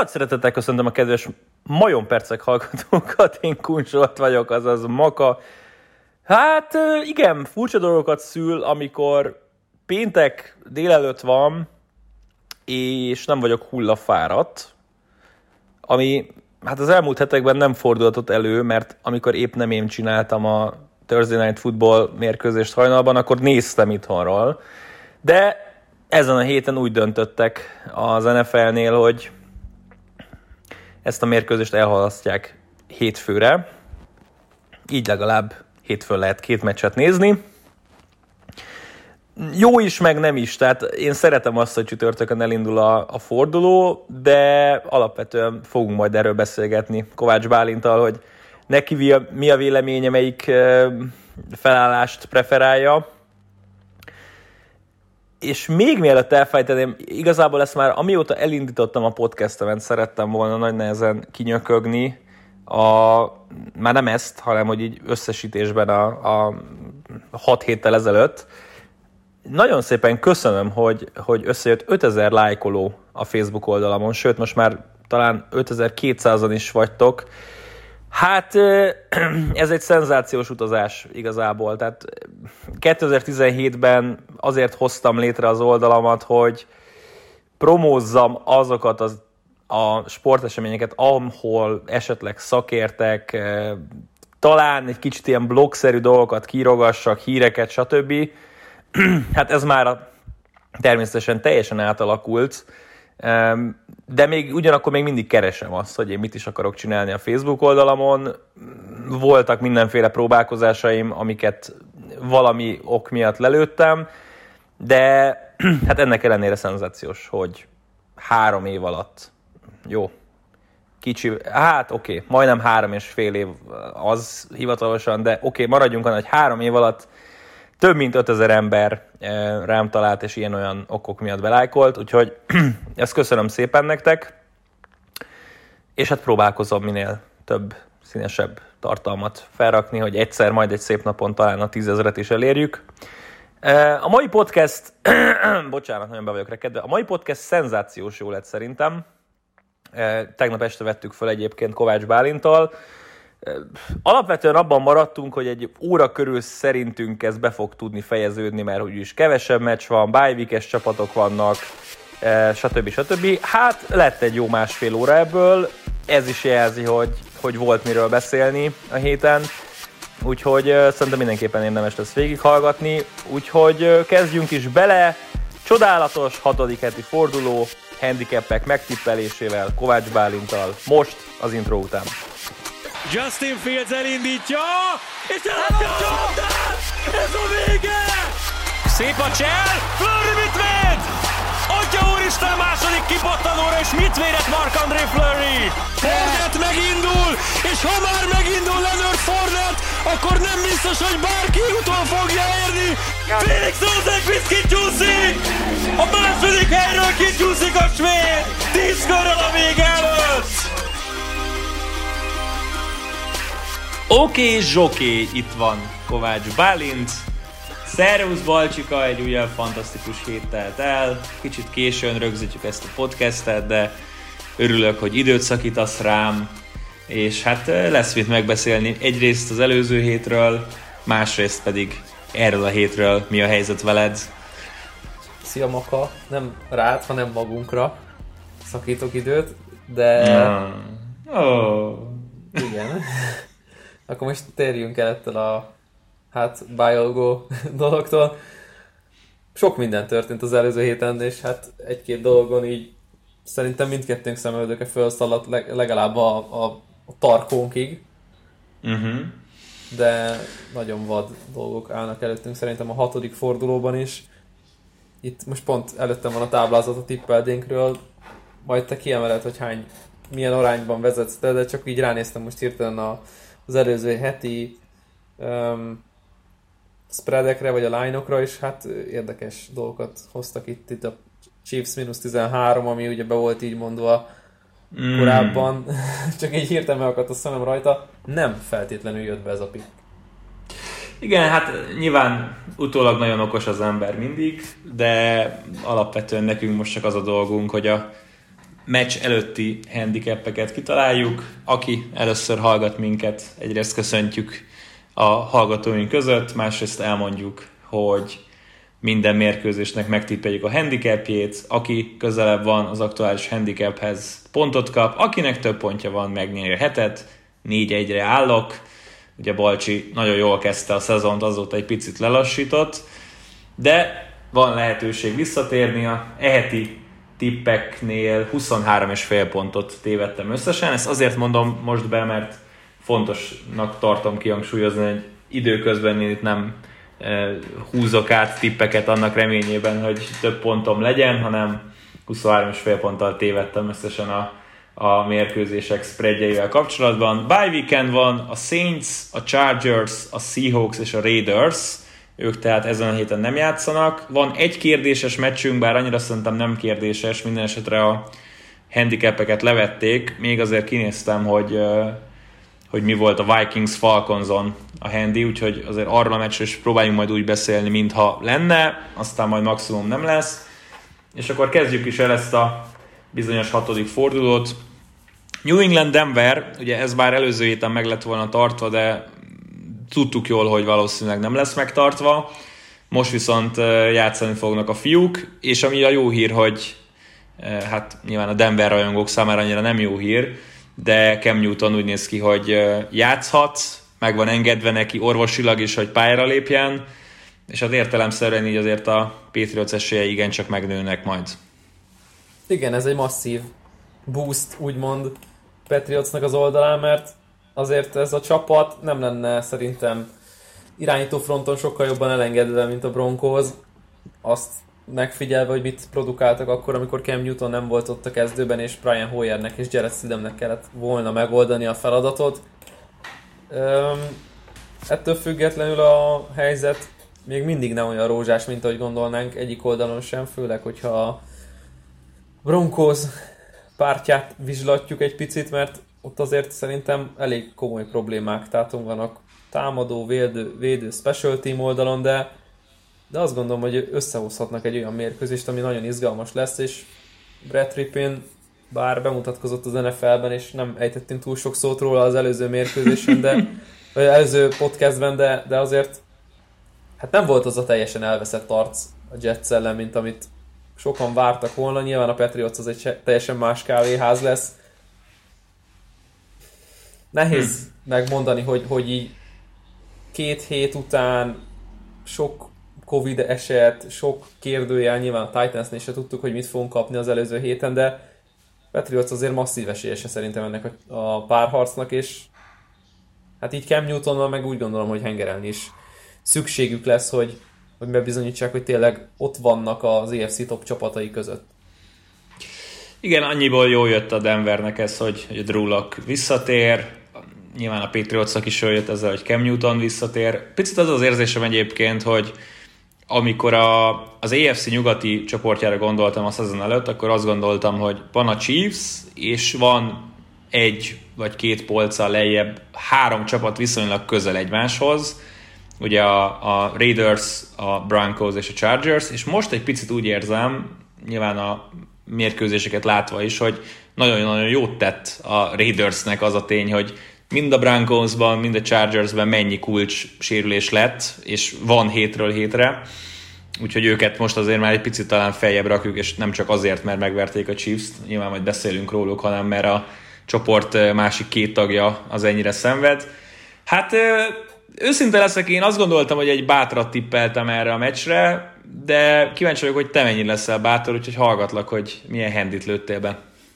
Nagy szeretettel köszöntöm a kedves majompercek hallgatókat, én Kun Zsolt vagyok, azaz Maka. Hát igen, furcsa dolgokat szül, amikor péntek délelőtt van, és nem vagyok hullafáradt, ami hát az elmúlt hetekben nem fordulhatott elő, mert amikor épp nem én csináltam a Thursday Night Football mérkőzést hajnalban, akkor néztem itthonról. De ezen a héten úgy döntöttek az NFL-nél, hogy ezt a mérkőzést elhalasztják hétfőre. Így legalább hétfőn lehet 2 meccset nézni. Jó is, meg nem is. Tehát én szeretem azt, hogy csütörtökön elindul a forduló, de alapvetően fogunk majd erről beszélgetni Kovács Bálinttal, hogy neki mi a véleménye, melyik felállást preferálja. És még mielőtt elfejteném, igazából ezt már amióta elindítottam a podcastemet, szerettem volna nagy nehezen kinyökögni, már nem ezt, hanem hogy így összesítésben a 6 héttel ezelőtt. Nagyon szépen köszönöm, hogy összejött 5000 lájkoló a Facebook oldalamon, sőt most már talán 5200-an is vagytok. Hát ez egy szenzációs utazás igazából, tehát 2017-ben azért hoztam létre az oldalamat, hogy promózzam azokat a sporteseményeket, ahol esetleg szakértek, talán egy kicsit ilyen blogszerű dolgokat kírogassak, híreket, stb. Hát ez már természetesen teljesen átalakult, de ugyanakkor még mindig keresem azt, hogy én mit is akarok csinálni a Facebook oldalamon. Voltak mindenféle próbálkozásaim, amiket valami ok miatt lelőttem, de hát ennek ellenére szenzációs, hogy 3 év alatt, jó, kicsi, hát oké, majdnem 3,5 év az hivatalosan, de oké, maradjunk annál, hogy 3 év alatt több mint 5000 ember rám talált, és ilyen-olyan okok miatt belájkolt, úgyhogy ezt köszönöm szépen nektek, és hát próbálkozom minél több színesebb tartalmat felrakni, hogy egyszer majd egy szép napon talán a 10 000-et is elérjük. A mai podcast, bocsánat, nagyon be vagyok rekedve, a mai podcast szenzációs jó lett szerintem. Tegnap este vettük föl egyébként Kovács Bálinttal. Alapvetően abban maradtunk, hogy egy óra körül szerintünk ez be fog tudni fejeződni, mert úgyis kevesebb meccs van, bye week-es csapatok vannak, stb. Hát lett egy jó 1,5 óra ebből, ez is jelzi, hogy volt miről beszélni a héten, úgyhogy szerintem mindenképpen érdemes lesz végighallgatni, úgyhogy kezdjünk is bele, csodálatos 6. heti forduló, handicapek megtippelésével, Kovács Bálinttal, most az intro után. Justin Fields elindítja, és elakadja! Ez a vége! Szép a csel, Fleury mit véd? Atya úristen, második kipattanóra, és mit védett Marc-André Fleury? Fournette megindul, és ha már megindul Leonard Fournette, akkor nem biztos, hogy bárki utol fogja érni. Felix Rosenqvist kicsúszik! A második helyről kicsúszik a svéd! 10 körrel a vége előtt! Oké, zsoké, itt van Kovács Bálint. Szervusz Balcsika, egy újabb fantasztikus hét telt el. Kicsit későn rögzítjük ezt a podcastet, de örülök, hogy időt szakítasz rám, és hát lesz mit megbeszélni egyrészt az előző hétről, másrészt pedig erről a hétről, mi a helyzet veled. Szia Maka, nem rád, hanem magunkra szakítok időt, de... Igen. Akkor most térjünk el ettől a bájolgó dologtól. Sok minden történt az előző héten, és hát egy-két dolgon így szerintem mindkettőnk szemöldöke felszaladt legalább a tarkónkig. Uh-huh. De nagyon vad dolgok állnak előttünk szerintem a 6. fordulóban is. Itt most pont előttem van a táblázat a tippeldénkről, majd te kiemeled, hogy milyen arányban vezetsz te, de csak így ránéztem most hirtelen az előző heti spreadekre, vagy a line-okra, és hát érdekes dolgokat hoztak itt a Chiefs -13, ami ugye be volt így mondva korábban, csak így hirtelen megakadt a szemem rajta, nem feltétlenül jött be ez a pick. Igen, hát nyilván utólag nagyon okos az ember mindig, de alapvetően nekünk most csak az a dolgunk, hogy a meccs előtti handicapeket kitaláljuk. Aki először hallgat minket, egyrészt köszöntjük a hallgatóink között, másrészt elmondjuk, hogy minden mérkőzésnek megtippeljük a handicapjét, aki közelebb van az aktuális handicaphez pontot kap, akinek több pontja van, megnyeri a hetet, 4-1-re állok. Ugye Balcsi nagyon jól kezdte a szezont, azóta egy picit lelassított, de van lehetőség visszatérni. A heti tippeknél 23,5 pontot tévedtem összesen. Ezt azért mondom most be, mert fontosnak tartom kihangsúlyozni, hogy időközben én itt nem húzok át tippeket annak reményében, hogy több pontom legyen, hanem 23,5 ponttal tévedtem összesen a mérkőzések spreadjeivel kapcsolatban. Bye weekend van, a Saints, a Chargers, a Seahawks és a Raiders, ők tehát ezen a héten nem játszanak. Van egy kérdéses meccsünk, bár annyira szerintem nem kérdéses, minden esetre a handicapeket levették, még azért kinéztem, hogy mi volt a Vikings-Falconson a handi, úgyhogy azért arra a meccsről is próbáljunk majd úgy beszélni, mintha lenne, aztán majd maximum nem lesz. És akkor kezdjük is el ezt a bizonyos 6. fordulót. New England-Denver, ugye ez bár előző héten meg lett volna tartva, de tudtuk jól, hogy valószínűleg nem lesz megtartva. Most viszont játszani fognak a fiúk, és ami a jó hír, hogy hát nyilván a Denver rajongók számára annyira nem jó hír, de Cam Newton úgy néz ki, hogy játszhat, meg van engedve neki orvosilag is, hogy pályára lépjen, és hát értelemszerűen így azért a Patriots esélyei igencsak megnőnek majd. Igen, ez egy masszív boost, úgymond Patriotsnak az oldalán, mert azért ez a csapat nem lenne szerintem irányító fronton sokkal jobban elengedve, mint a Broncos. Azt megfigyelve, hogy mit produkáltak akkor, amikor Cam Newton nem volt ott a kezdőben, és Brian Hoyernek és Jarrett Stidhamnek kellett volna megoldani a feladatot. Ettől függetlenül a helyzet még mindig nem olyan rózsás, mint ahogy gondolnánk egyik oldalon sem, főleg, hogyha a Broncos pártját vizslatjuk egy picit, mert ott azért szerintem elég komoly problémák tátonganak támadó, védő special team oldalon, de azt gondolom, hogy összehozhatnak egy olyan mérkőzést, ami nagyon izgalmas lesz, és Brett Rypien bár bemutatkozott az NFL-ben, és nem ejtettünk túl sok szót róla az előző mérkőzésen, vagy előző podcastben, de azért hát nem volt az a teljesen elveszett arc a Jets ellen, mint amit sokan vártak volna. Nyilván a Patriots az egy teljesen más kávéház lesz. Nehéz megmondani, hogy így 2 hét után sok Covid eset, sok kérdőjel, nyilván a Titansnél se tudtuk, hogy mit fogunk kapni az előző héten, de Patriots azért masszív esélyese szerintem ennek a párharcnak, és hát így Cam Newtonnal meg úgy gondolom, hogy hengerelni is szükségük lesz, hogy bebizonyítsák, hogy tényleg ott vannak az AFC top csapatai között. Igen, annyiból jól jött a Denvernek ez, hogy a Drew Lock visszatér, nyilván a Patriotsnak is jól jött ezzel, hogy Cam Newton visszatér. Picit az érzésem egyébként, hogy amikor az AFC nyugati csoportjára gondoltam a szezon előtt, akkor azt gondoltam, hogy van a Chiefs, és van 1 vagy 2 polccal lejjebb 3 csapat viszonylag közel egymáshoz, ugye a Raiders, a Broncos és a Chargers, és most egy picit úgy érzem, nyilván a mérkőzéseket látva is, hogy nagyon-nagyon jót tett a Raidersnek az a tény, hogy mind a Broncosban, mind a Chargersben mennyi kulcs sérülés lett, és van hétről hétre, úgyhogy őket most azért már egy picit talán feljebb rakjuk, és nem csak azért, mert megverték a Chiefs-t, nyilván majd beszélünk róluk, hanem mert a csoport másik 2 tagja az ennyire szenved. Hát őszinte leszek, én azt gondoltam, hogy egy bátrat tippeltem erre a meccsre, de kíváncsi vagyok, hogy te mennyire leszel bátor, úgyhogy hallgatlak, hogy milyen handit lőttél be.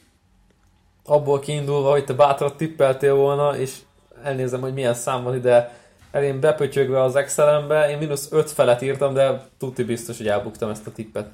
Abból kiindulva, hogy te bátrat tippeltél volna, és elnézem, hogy milyen szám van ide elén bepötyögve az Excelembe, én -5 felet írtam, de tuti biztos, hogy elbuktam ezt a tippet.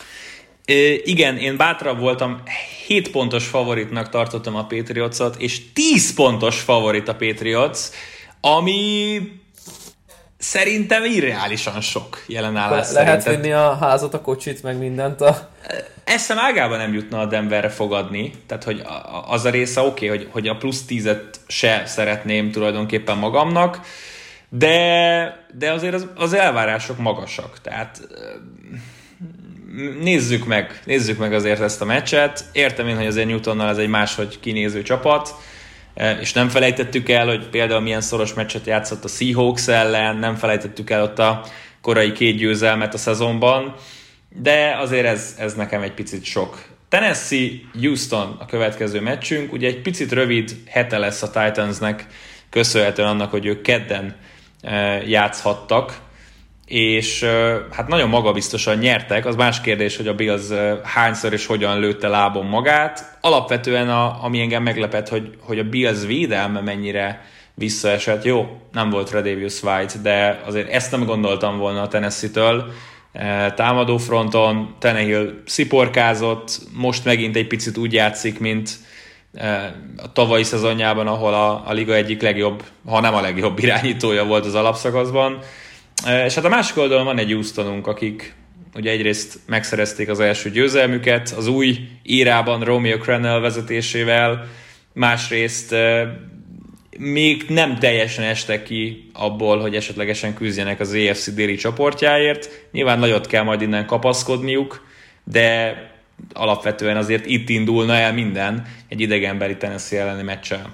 Igen, én bátrabb voltam, 7 pontos favoritnak tartottam a Patriotsot, és 10 pontos favorit a Patriots, ami szerintem irreálisan sok jelenállás lehet vinni a házat, a kocsit, meg mindent. Eszem ágában nem jutna a Denverre fogadni, tehát hogy az a része oké, hogy a plusz 10-et se szeretném tulajdonképpen magamnak, de azért az elvárások magasak, tehát nézzük meg azért ezt a meccset. Értem én, hogy azért Newtonnal ez egy máshogy kinéző csapat, és nem felejtettük el, hogy például milyen szoros meccset játszott a Seahawks ellen, nem felejtettük el ott a korai 2 győzelmet a szezonban, de azért ez nekem egy picit sok. Tennessee-Houston a következő meccsünk, ugye egy picit rövid hete lesz a Titansnek, köszönhetően annak, hogy ők kedden játszhattak, és hát nagyon magabiztosan nyertek. Az más kérdés, hogy a Bills hányszor és hogyan lőtte lábon magát. Alapvetően ami engem meglepett, hogy a Bills védelme mennyire visszaesett. Jó, nem volt Tre'Davious White, de azért ezt nem gondoltam volna a Tennessee-től. Támadó fronton Tannehill sziporkázott, most megint egy picit úgy játszik, mint a tavalyi szezonjában, ahol a liga egyik legjobb, ha nem a legjobb irányítója volt az alapszakaszban. És hát a másik oldalon van egy Houstonunk, akik ugye egyrészt megszerezték az első győzelmüket az új írában Romeo Crennel vezetésével, másrészt még nem teljesen estek ki abból, hogy esetlegesen küzdjenek az AFC déli csoportjáért. Nyilván nagyot kell majd innen kapaszkodniuk, de alapvetően azért itt indulna el minden egy idegenbeli Tennessee elleni meccsel.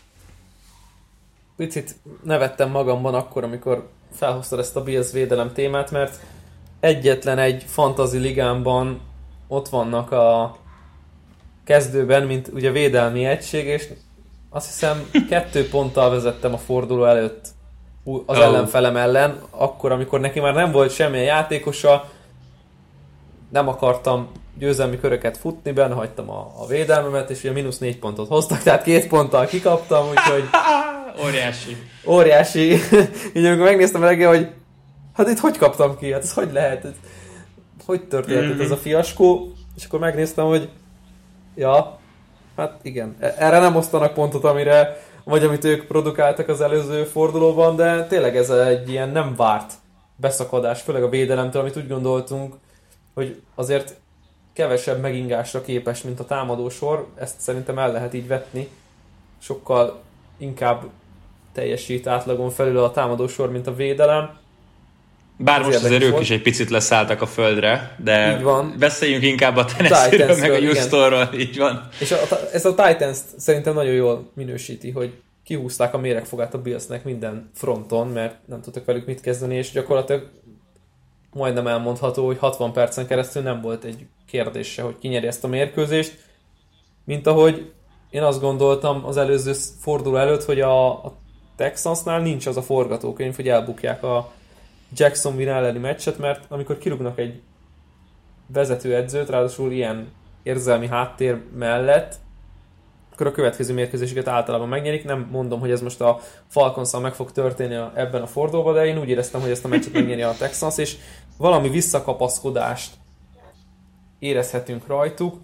Picit nevettem magamban akkor, amikor felhoztad ezt a Bills védelem témát, mert egyetlen egy fantasy ligámban ott vannak a kezdőben, mint ugye védelmi egység, és azt hiszem 2 ponttal vezettem a forduló előtt az ellenfelem ellen, akkor, amikor neki már nem volt semmilyen játékosa, nem akartam győzelmi köröket futni, benne hagytam a védelmemet, és ugye -4 pontot hoztak, tehát 2 ponttal kikaptam, úgyhogy... Óriási. Így amikor megnéztem reggel, hogy hát itt hogy kaptam ki, hát ez hogy lehet, hogy történt ez a fiaskó, és akkor megnéztem, hogy ja, hát igen, erre nem osztanak pontot, amire, vagy amit ők produkáltak az előző fordulóban, de tényleg ez egy ilyen nem várt beszakadás, főleg a védelemtől, amit úgy gondoltunk, hogy azért kevesebb megingásra képes, mint a támadósor, ezt szerintem el lehet így vetni, sokkal inkább teljesít átlagon felül a támadósor, mint a védelem. Bár most azért ők is egy picit leszálltak a földre, de beszéljünk inkább a Tennessee-ről, meg a Houstonról, így van. És ez a Titans szerintem nagyon jól minősíti, hogy kihúzták a méregfogát a Billsnek minden fronton, mert nem tudtak velük mit kezdeni, és gyakorlatilag majdnem elmondható, hogy 60 percen keresztül nem volt egy kérdése, hogy ki nyeri ezt a mérkőzést, mint ahogy én azt gondoltam az előző forduló előtt, hogy a Texansnál nincs az a forgatókönyv, hogy elbukják a Jacksonville elleni meccset, mert amikor kirúgnak egy vezetőedzőt, ráadásul ilyen érzelmi háttér mellett, akkor a következő mérkőzéseket általában megnyerik. Nem mondom, hogy ez most a Falconsszal meg fog történni ebben a fordulóban, de én úgy éreztem, hogy ezt a meccset megnyeri a Texans, és valami visszakapaszkodást érezhetünk rajtuk.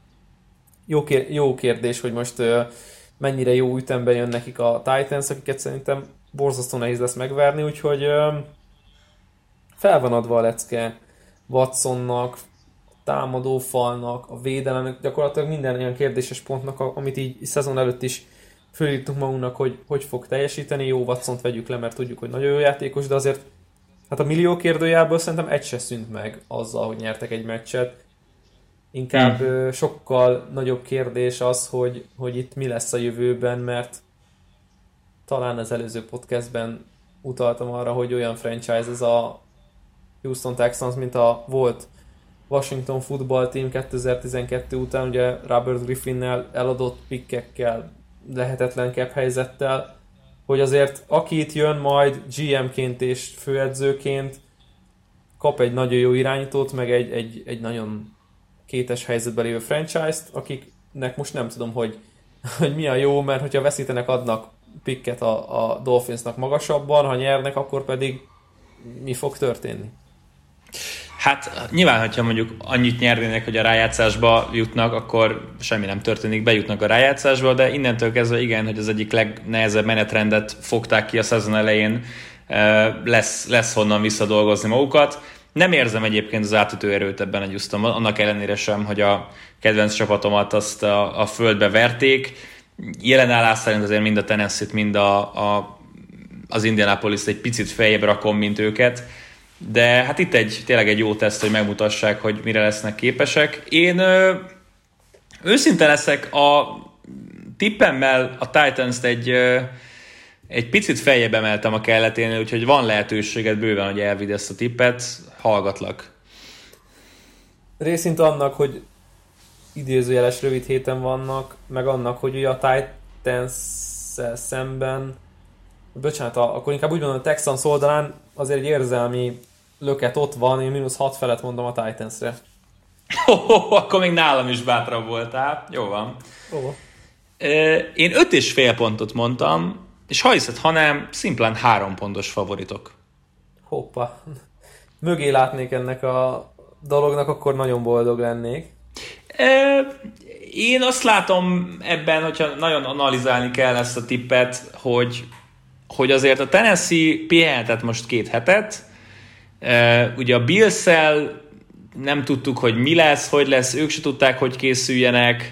Jó kérdés, hogy most mennyire jó ütemben jön nekik a Titans, akiket szerintem borzasztó nehéz lesz megverni, úgyhogy fel van adva a lecke Watsonnak, támadófalnak, a védelemnek, gyakorlatilag minden olyan kérdéses pontnak, amit így szezon előtt is fölírtunk magunknak, hogy fog teljesíteni. Jó, Watsont vegyük le, mert tudjuk, hogy nagyon jó játékos, de azért hát a millió kérdőjából szerintem egy se szűnt meg azzal, hogy nyertek egy meccset. Inkább sokkal nagyobb kérdés az, hogy itt mi lesz a jövőben, mert talán az előző podcastben utaltam arra, hogy olyan franchise ez a Houston Texans, mint a volt Washington Football Team 2012 után, ugye Robert Griffinnel eladott pikkekkel, lehetetlen cap helyzettel, hogy azért aki itt jön majd GM-ként és főedzőként kap egy nagyon jó irányítót, meg egy nagyon kétes helyzetben lévő franchise-t, akiknek most nem tudom, hogy mi a jó, mert hogyha veszítenek, adnak pikket a Dolphinsnak magasabban, ha nyernek, akkor pedig mi fog történni? Hát nyilván, hogyha mondjuk annyit nyernének, hogy a rájátszásba jutnak, akkor semmi nem történik, bejutnak a rájátszásba, de innentől kezdve igen, hogy az egyik legnehezebb menetrendet fogták ki a szezon elején, lesz honnan visszadolgozni magukat. Nem érzem egyébként az átütő erőt ebben a Houstonban, annak ellenére sem, hogy a kedvenc csapatomat azt a földbe verték. Jelen állás szerint azért mind a Tennessee-t, mind az Indianapolis egy picit feljebb rakom, mint őket. de hát itt tényleg egy jó teszt, hogy megmutassák, hogy mire lesznek képesek. Én őszinte leszek, a tippemmel a Titans-t egy picit feljebb emeltem a kelleténél, úgyhogy van lehetőséged bőven, hogy elvidd ezt a tippet, hallgatlak. Részint annak, hogy idézőjeles rövid héten vannak, meg annak, hogy ugye a Titans-szel szemben, bocsánat, akkor inkább úgy mondom, a Texans oldalán azért egy érzelmi löket ott van, én -6 felett mondom a Titansre. Akkor még nálam is bátrabb voltál. Jó van. Én 5,5 pontot mondtam, és ha hiszed, ha nem, szimplán 3 pontos favoritok. Hoppá. Mögé látnék ennek a dolognak, akkor nagyon boldog lennék. Én azt látom ebben, hogyha nagyon analizálni kell ezt a tippet, hogy azért a Tennessee pihenhetett most 2 hetet. Ugye a Bills-szel nem tudtuk, hogy mi lesz, hogy lesz, ők se tudták, hogy készüljenek.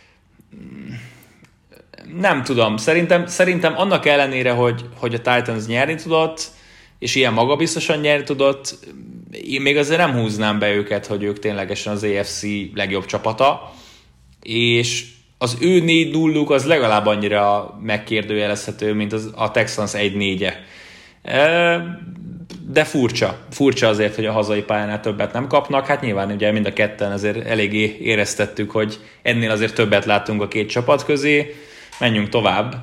Nem tudom, szerintem annak ellenére, hogy a Titans nyerni tudott, és ilyen magabiztosan nyerni tudott, én még azért nem húznám be őket, hogy ők ténylegesen az AFC legjobb csapata, és az ő 4-0-uk az legalább annyira megkérdőjelezhető, mint a Texans 1-4-e. De furcsa azért, hogy a hazai pályánál többet nem kapnak. Hát nyilván ugye mind a ketten azért eléggé éreztettük, hogy ennél azért többet láttunk a 2 csapat közé. Menjünk tovább.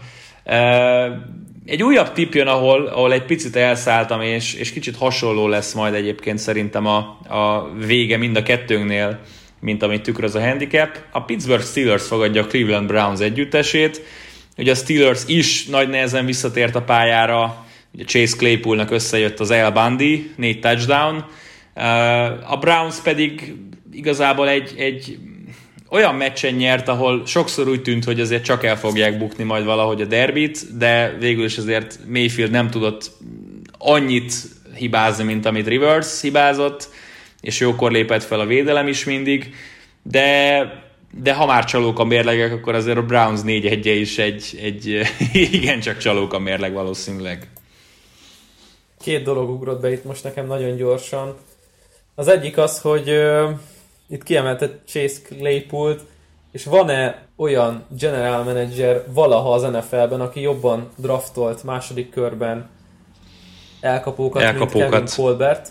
Egy újabb tipp jön, ahol egy picit elszálltam, és kicsit hasonló lesz majd egyébként szerintem a vége mind a kettőnknél, mint amit tükröz a handicap. A Pittsburgh Steelers fogadja a Cleveland Browns együttesét. Ugye a Steelers is nagy nehezen visszatért a pályára, ugye Chase Claypoolnak összejött az El Bundy, 4 touchdown. A Browns pedig igazából egy olyan meccsen nyert, ahol sokszor úgy tűnt, hogy azért csak el fogják bukni majd valahogy a derbit, de végül is azért Mayfield nem tudott annyit hibázni, mint amit Rivers hibázott, és jókor lépett fel a védelem is mindig, de ha már csalók a mérlegek, akkor azért a Browns 4-1-e is egy igencsak csalók a mérleg valószínűleg. 2 dolog ugrott be itt most nekem nagyon gyorsan. Az egyik az, hogy itt kiemelte Chase Claypoolt, és van-e olyan general manager valaha az NFL-ben, aki jobban draftolt második körben elkapókat. Mint Kevin Colbert?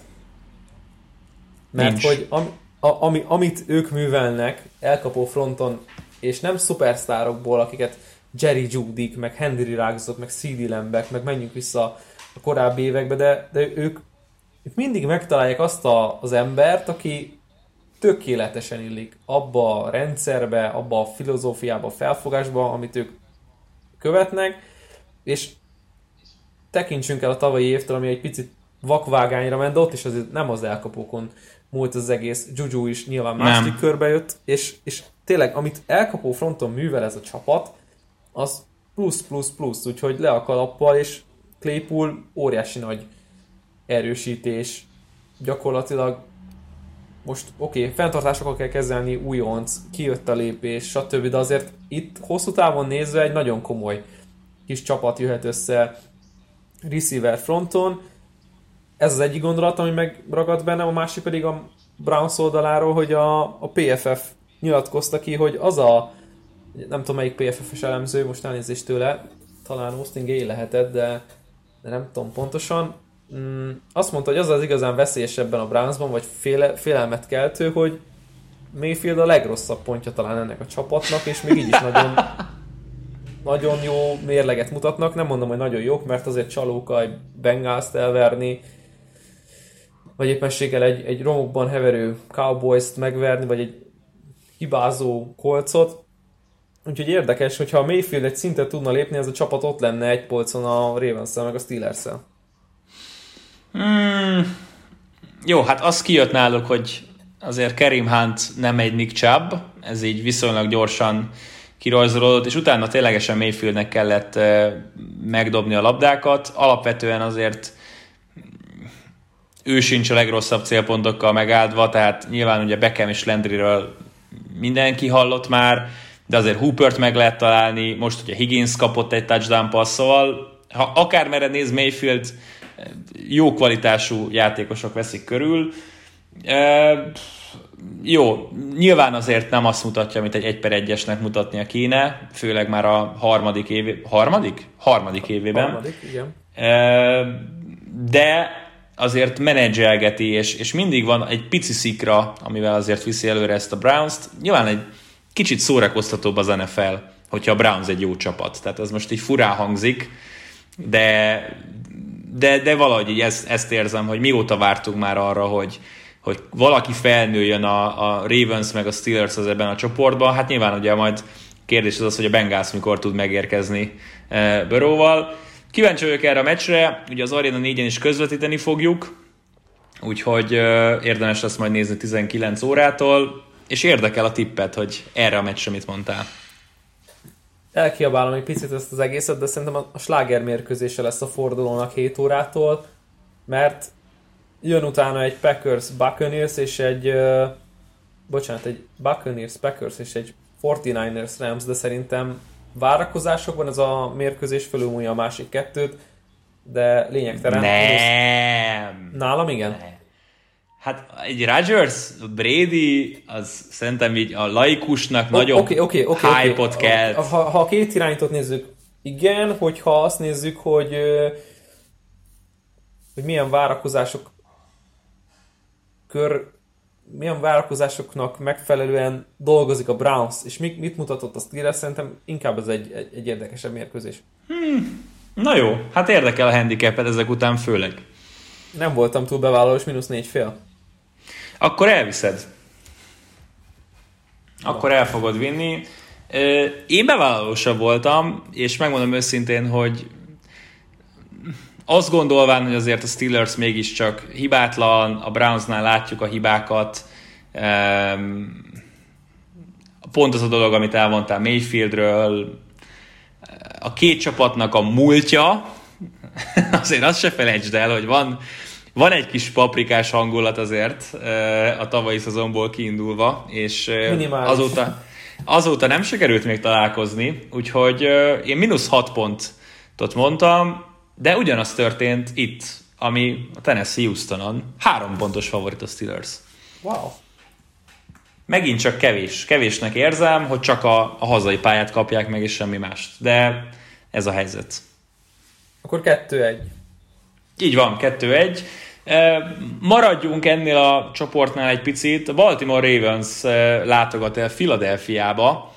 Mert nincs. Hogy amit ők művelnek elkapó fronton, és nem szupersztárokból, akiket Jerry Jeudyk, meg Henry Ruggsok, meg CeeDee Lambek, meg menjünk vissza a korábbi évekbe, de ők mindig megtalálják azt az embert, aki tökéletesen illik abba a rendszerbe, abba a filozófiába, a felfogásba, amit ők követnek, és tekintsünk el a tavalyi évtől, ami egy picit vakvágányra ment, de ott is azért nem az elkapókon múlt az egész. Juju is nyilván második körbe jött, és tényleg, amit elkapó fronton művel ez a csapat, az plusz, úgyhogy le a kalappal, és Claypool óriási nagy erősítés, gyakorlatilag most fenntartásokkal kell kezelni, újonc, kijött a lépés, stb. De azért itt hosszú távon nézve egy nagyon komoly kis csapat jöhet össze receiver fronton. Ez az egyik gondolat, ami megragadt bennem, a másik pedig a Browns oldaláról, hogy a PFF nyilatkozta ki, hogy az nem tudom melyik PFF-es elemző, most elnézést tőle, talán Austin Gay lehetett, de nem tudom pontosan. Azt mondta, hogy az igazán veszélyesebben a Brownsban, vagy félelmet keltő, hogy Mayfield a legrosszabb pontja talán ennek a csapatnak, és még így is nagyon, nagyon jó mérleget mutatnak. Nem mondom, hogy nagyon jók, mert azért csalóka egy Bengals-t elverni, vagy éppenséggel egy romokban heverő Cowboys-t megverni, vagy egy hibázó Colts-ot. Úgyhogy érdekes, hogyha a Mayfield egy szintet tudna lépni, ez a csapat ott lenne egy polcon a Ravens-szel, meg a Steelers-szel. Jó, hát az kijött náluk, hogy azért Kareem Hunt nem egy Nick Chubb, ez így viszonylag gyorsan kirajzolódott, és utána ténylegesen Mayfieldnek kellett megdobni a labdákat. Alapvetően azért ő sincs a legrosszabb célpontokkal megáldva, tehát nyilván ugye Beckham és Landryről mindenki hallott már, de azért Hoopert meg lehet találni, most ugye Higgins kapott egy touchdown pass, szóval ha akármerre néz Mayfield, jó kvalitású játékosok veszik körül. Jó, nyilván azért nem azt mutatja, amit egy 1/1-esnek mutatnia kéne, főleg már a harmadik évében. Harmadik, igen. De azért menedzselgeti, és mindig van egy pici szikra, amivel azért viszi előre ezt a Browns-t. Nyilván egy kicsit szórakoztatóbb az NFL, hogyha a Browns egy jó csapat. Tehát ez most így furán hangzik, de valahogy így ezt érzem, hogy mióta vártunk már arra, hogy valaki felnőjön a Ravens meg a Steelers az ebben a csoportban. Hát nyilván ugye majd kérdés az, hogy a Bengals mikor tud megérkezni Burrowval. Kíváncsi vagyok erre a meccsre, ugye az Arena 4-en is közvetíteni fogjuk, úgyhogy érdemes lesz majd nézni 19 órától, és érdekel a tippet, hogy erre a meccsre mit mondtál. Elkiabálom egy picit ezt az egészet, de szerintem a sláger mérkőzése lesz a fordulónak 7 órától, mert jön utána egy Packers-Buccaneers és egy Buccaneers-Packers és egy 49ers-Rams, de szerintem várakozásokban ez a mérkőzés fölülmúlja a másik kettőt, de lényegtelen. Nem! Nálam igen? Nem. Hát egy Rodgers, Brady, az szerintem így a laikusnak nagyobb hype-ot kelt. Ha a két irányítót nézzük, igen, hogyha azt nézzük, hogy milyen várakozásoknak megfelelően dolgozik a Browns, és mit mutatott a Steelers, szerintem inkább ez egy érdekesebb mérkőzés. Na jó, hát érdekel a handicapet ezek után főleg. Nem voltam túl bevállalós, -4,5. Akkor elviszed. Akkor el fogod vinni. Én bevállalósabb voltam, és megmondom őszintén, hogy azt gondolván, hogy azért a Steelers mégiscsak hibátlan, a Brownsnál látjuk a hibákat, pont az a dolog, amit elmondtál Mayfieldről, a két csapatnak a múltja, azért azt se felejtsd el, hogy van egy kis paprikás hangulat azért a tavalyi szezonból kiindulva, és azóta nem sikerült még találkozni, úgyhogy én -6 pontot mondtam, de ugyanaz történt itt, ami a Tennessee Houstonon. 3 pontos favorit a Steelers. Wow. Megint csak kevésnek érzem, hogy csak a hazai pályát kapják meg, és semmi mást. De ez a helyzet. Akkor 2-1. Így van, 2-1. Maradjunk ennél a csoportnál egy picit. A Baltimore Ravens látogat el Philadelphiába.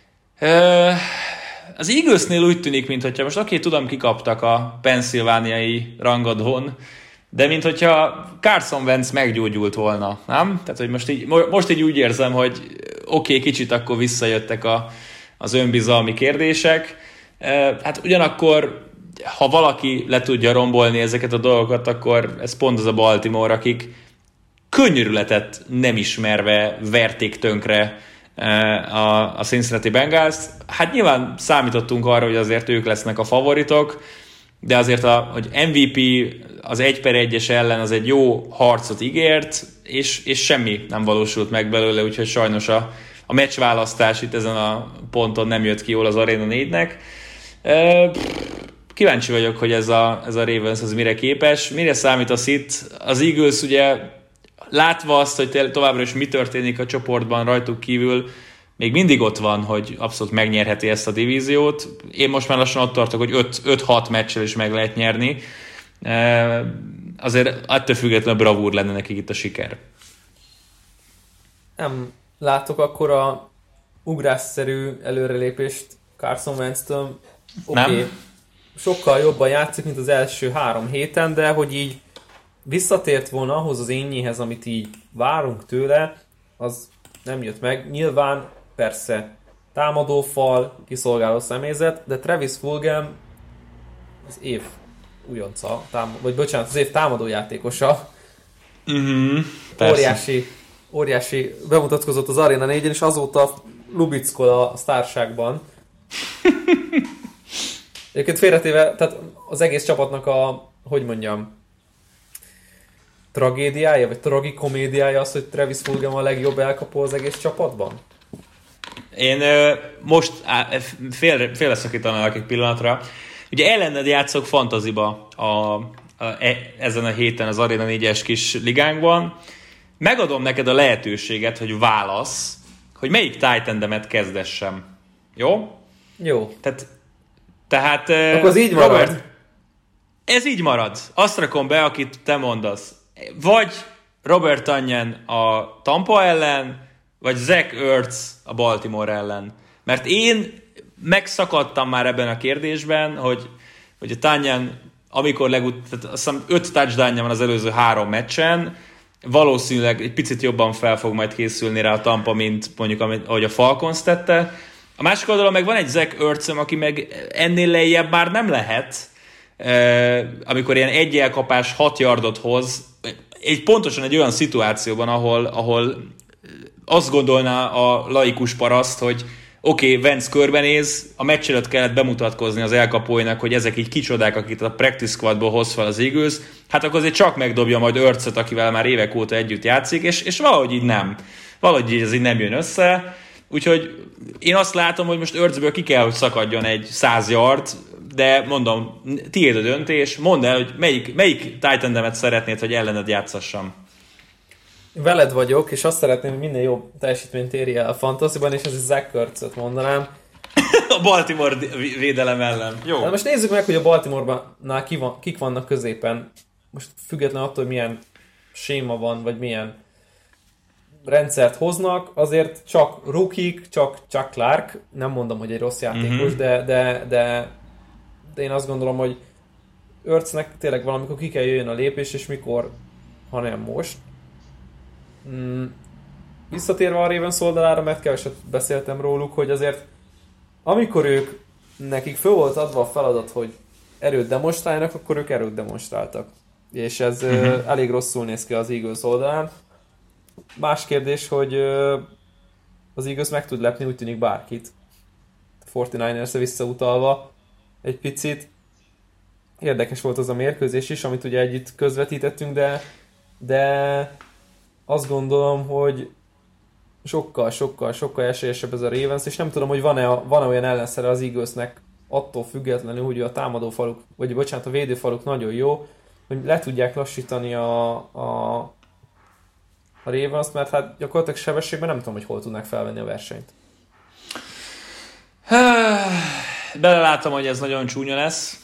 Az Eaglesnél úgy tűnik, mintha most tudom, kikaptak a pennsylvániai rangadón, de mintha Carson Wentz meggyógyult volna, nem? Tehát, hogy most így úgy érzem, hogy kicsit akkor visszajöttek az önbizalmi kérdések. Hát ugyanakkor, ha valaki le tudja rombolni ezeket a dolgokat, akkor ez pont az a Baltimore, akik könnyörületet nem ismerve verték tönkre a Cincinnati Bengals-t. Hát nyilván számítottunk arra, hogy azért ők lesznek a favoritok, de azért, hogy MVP az 1/1-es ellen az egy jó harcot ígért, és semmi nem valósult meg belőle, úgyhogy sajnos a meccsválasztás itt ezen a ponton nem jött ki jól az Arena 4-nek. Kíváncsi vagyok, hogy ez a Ravens az mire képes. Mire számítasz itt? Az Eagles ugye látva azt, hogy továbbra is mi történik a csoportban rajtuk kívül, még mindig ott van, hogy abszolút megnyerheti ezt a divíziót. Én most már lassan ott tartok, hogy 5-6 meccsel is meg lehet nyerni. Azért attól függetlenül bravúr lenne nekik itt a siker. Nem látok akkora ugrásszerű előrelépést Carson Wentz-től. Oké, sokkal jobban játszik, mint az első 3 héten, de hogy így visszatért volna ahhoz az énnyéhez, amit így várunk tőle, az nem jött meg. Nyilván, persze, támadófal, kiszolgáló személyzet, de Travis Fulgham az év újonca, az év támadójátékosa. Óriási bemutatkozott az Arena 4-en, és azóta lubickol a sztárságban. Egyébként félretéve, tehát az egész csapatnak tragédiája, vagy tragikomédiája az, hogy Travis Fulgham a legjobb elkapó az egész csapatban? Én most félreszakítanálak egy pillanatra. Ugye ellened játszok fantaziba ezen a héten az Arena 4-es kis ligánkban. Megadom neked a lehetőséget, hogy válasz, hogy melyik tight endemet kezdessem. Jó? Jó. Tehát akkor az így marad? Ez így marad. Azt rakom be, akit te mondasz. Vagy Robert Tonyan a Tampa ellen, vagy Zach Ertz a Baltimore ellen. Mert én megszakadtam már ebben a kérdésben, hogy a Tonyan, amikor tehát azt hiszem 5 touchdownja van az előző 3 meccsen, valószínűleg egy picit jobban fel fog majd készülni rá a Tampa, mint mondjuk ahogy a Falcons tette. A másik oldalon meg van egy Zach Ertzem, aki meg ennél lejjebb már nem lehet, amikor ilyen egy elkapás 6 yardot hoz, pontosan egy olyan szituációban, ahol azt gondolná a laikus paraszt, hogy oké, Vance körbenéz, a meccs előtt kellett bemutatkozni az elkapóinak, hogy ezek így kicsodák, akit a practice squadból hoz fel az Eagles, hát akkor azért csak megdobja majd Ertzet, akivel már évek óta együtt játszik, és valahogy így nem. Valahogy így ez így nem jön össze. Úgyhogy én azt látom, hogy most Ertzből ki kell, hogy szakadjon egy 100 yard, de mondom, tiéd a döntés, mondd el, hogy melyik tight endemet szeretnéd, hogy ellened játszassam. Veled vagyok, és azt szeretném, hogy minél jobb teljesítményt érje el a fantasyban, és ez a Zach Ertzet mondanám. A Baltimore védelem ellen. Jó. De most nézzük meg, hogy a Baltimore-nál kik vannak középen. Most független attól, hogy milyen séma van, vagy milyen rendszert hoznak, azért csak rookie-k, csak Chuck Clark, nem mondom, hogy egy rossz játékos, de én azt gondolom, hogy Ertznek tényleg valamikor ki kell jöjjön a lépés, és mikor, ha nem most. Visszatérve a Ravens oldalára, mert keveset beszéltem róluk, hogy azért amikor nekik föl volt adva a feladat, hogy erőt demonstráljanak, akkor ők erőt demonstráltak. És ez elég rosszul néz ki az Eagles oldalán. Más kérdés, hogy az Eagles meg tud lepni, úgy tűnik bárkit. 49ers-e visszautalva egy picit. Érdekes volt az a mérkőzés is, amit ugye együtt közvetítettünk, de azt gondolom, hogy sokkal esélyesebb ez a Ravens, és nem tudom, hogy van-e olyan ellenszere az Eaglesnek attól függetlenül, hogy a támadófaluk, vagy bocsánat, a védőfaluk nagyon jó, hogy le tudják lassítani a Ravens, mert hát gyakorlatilag sebességben nem tudom, hogy hol tudnák felvenni a versenyt. Belelátom, hogy ez nagyon csúnya lesz,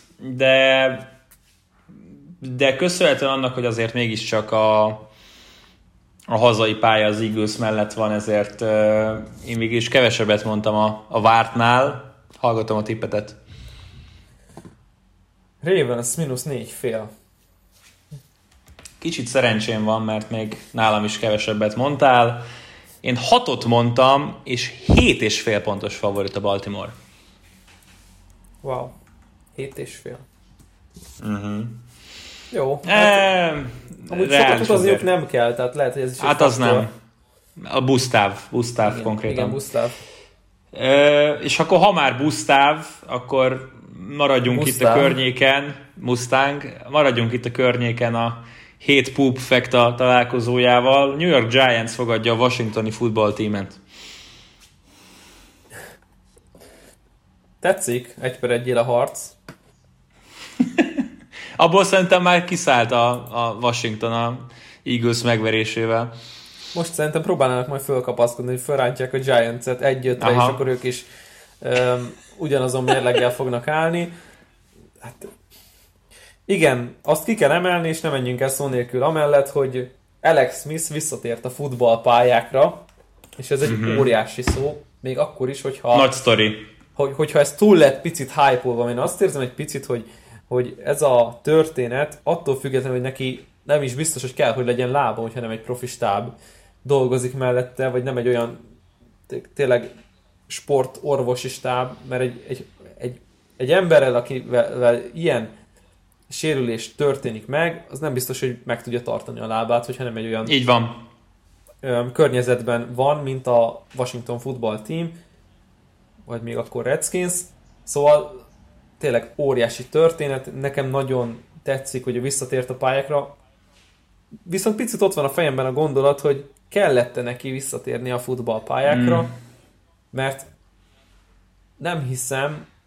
de köszönhetően annak, hogy azért mégiscsak a hazai pálya az Eagles mellett van, ezért én mégis kevesebbet mondtam a vártnál. Hallgatom a tippetet. Ravens -4,5. Kicsit szerencsém van, mert még nálam is kevesebbet mondtál. Én 6-ot mondtam, és 7,5 pontos favorit a Baltimore. Wow. 7,5. Jó. Amúgy sokat utazniuk nem kell, tehát lehet, hogy ez is hát az nem. A Gustav konkrétan. Igen, Gustav. És akkor ha már Gustav, akkor maradjunk itt a környéken, Mustang, maradjunk itt a környéken a 7 Poop Fekta találkozójával. New York Giants fogadja a Washingtoni Football Teamet. Tetszik, 1-1 a harc. Abból szerintem már kiszállt a Washington a Eagles megverésével. Most szerintem próbálnának majd fölkapaszkodni, hogy felrántják a Giants-et 1-5-re, és akkor ők is ugyanazon mérleggel fognak állni. Hát, igen, azt ki kell emelni, és nem menjünk el szó nélkül amellett, hogy Alex Smith visszatért a futballpályákra, és ez egy óriási szó, még akkor is, hogyha... Nagy sztori. Hogyha ez túl lett picit hype-olva, én azt érzem egy picit, hogy ez a történet attól függetlenül, hogy neki nem is biztos, hogy kell, hogy legyen lába, hogyha nem egy profi stáb dolgozik mellette, vagy nem egy olyan tényleg sportorvosi stáb, mert egy emberrel, akivel ilyen sérülés történik meg, az nem biztos, hogy meg tudja tartani a lábát, hogyha nem egy olyan, így van, környezetben van, mint a Washington Football Team, vagy még akkor Redskins. Szóval tényleg óriási történet, nekem nagyon tetszik, hogy visszatért a pályákra. Viszont picit ott van a fejemben a gondolat, hogy kellett-e neki visszatérni a futballpályákra, mert nem hiszem,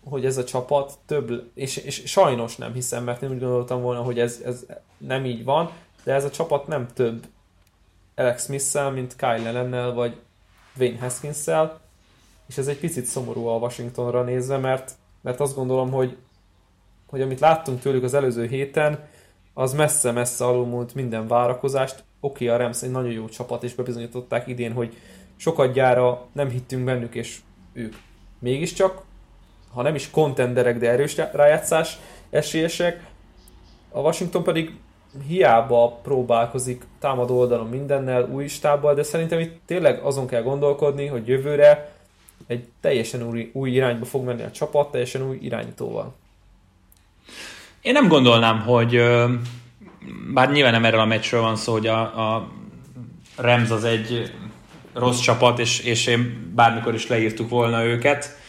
hogy ez a csapat több, és sajnos nem hiszem, mert nem úgy gondoltam volna, hogy ez nem így van, de ez a csapat nem több Alex Smith-szel, mint Kyle Allen-nel, vagy Dwayne Haskins-szel, és ez egy picit szomorú a Washingtonra nézve, mert azt gondolom, hogy amit láttunk tőlük az előző héten, az messze-messze alulmúlt minden várakozást. Oké, a Rams egy nagyon jó csapat, és bebizonyították idén, hogy sokadjára nem hittünk bennük, és ők mégiscsak, ha nem is contenderek, de erős rájátszás esélyesek. A Washington pedig hiába próbálkozik támadó oldalon mindennel, új stábbal, de szerintem itt tényleg azon kell gondolkodni, hogy jövőre egy teljesen új irányba fog menni a csapat, teljesen új irányítóval. Én nem gondolnám, hogy bár nyilván nem erről a meccsről van szó, hogy a Rams az egy rossz csapat, és én bármikor is leírtuk volna őket.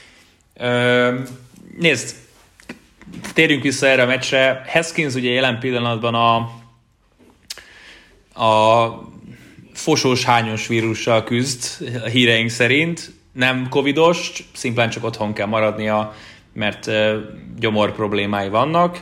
Nézd, térjünk vissza erre a meccsre. Haskins ugye jelen pillanatban a fosós hányos vírussal küzd, a híreink szerint. Nem covidos, szimplán csak otthon kell maradnia, mert gyomor problémái vannak.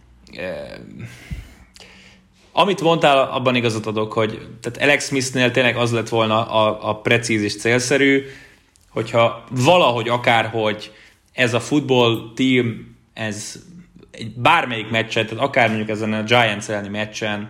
Amit mondtál, abban igazat adok, hogy tehát Alex Smithnél tényleg az lett volna a precíz és célszerű, hogyha valahogy akárhogy ez a football team, ez bármelyik meccsen, tehát akár mondjuk ezen a Giants elleni meccsen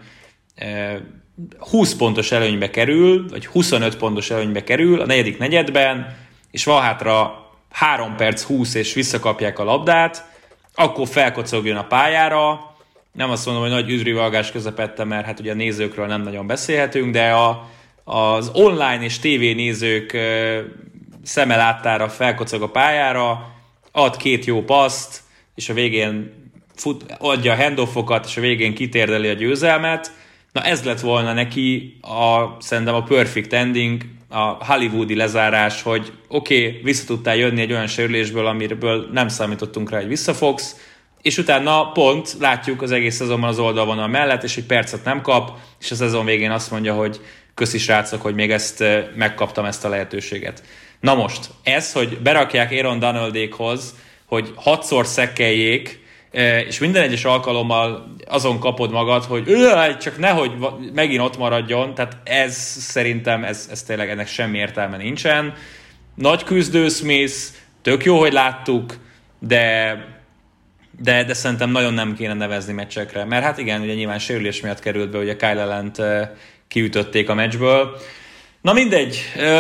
20 pontos előnybe kerül, vagy 25 pontos előnybe kerül a negyedik negyedben, és van hátra 3 perc 20, és visszakapják a labdát, akkor felkocogjon a pályára. Nem azt mondom, hogy nagy üdvrivalgás közepette, mert hát ugye a nézőkről nem nagyon beszélhetünk, de az online és tévénézők szeme láttára felkocog a pályára, ad 2 jó paszt, és a végén adja a handoffokat, és a végén kitérdeli a győzelmet. Na ez lett volna neki szerintem a perfect ending, a hollywoodi lezárás, hogy oké, vissza tudtál jönni egy olyan sérülésből, amiről nem számítottunk rá, hogy visszafogsz, és utána pont látjuk az egész szezonban az oldalvonal mellett, és egy percet nem kap, és a szezon végén azt mondja, hogy köszi srácok, hogy még ezt megkaptam, ezt a lehetőséget. Na most, ez, hogy berakják Aaron Donaldékhoz, hogy 6-szor szekkeljék, és minden egyes alkalommal azon kapod magad, hogy csak nehogy megint ott maradjon, tehát ez szerintem, ez tényleg ennek semmi értelme nincsen. Nagy küzdő Smith, tök jó, hogy láttuk, de szerintem nagyon nem kéne nevezni meccsekre, mert hát igen, ugye nyilván sérülés miatt került be, ugye Kyle Allent kiütötték a meccsből. Na mindegy,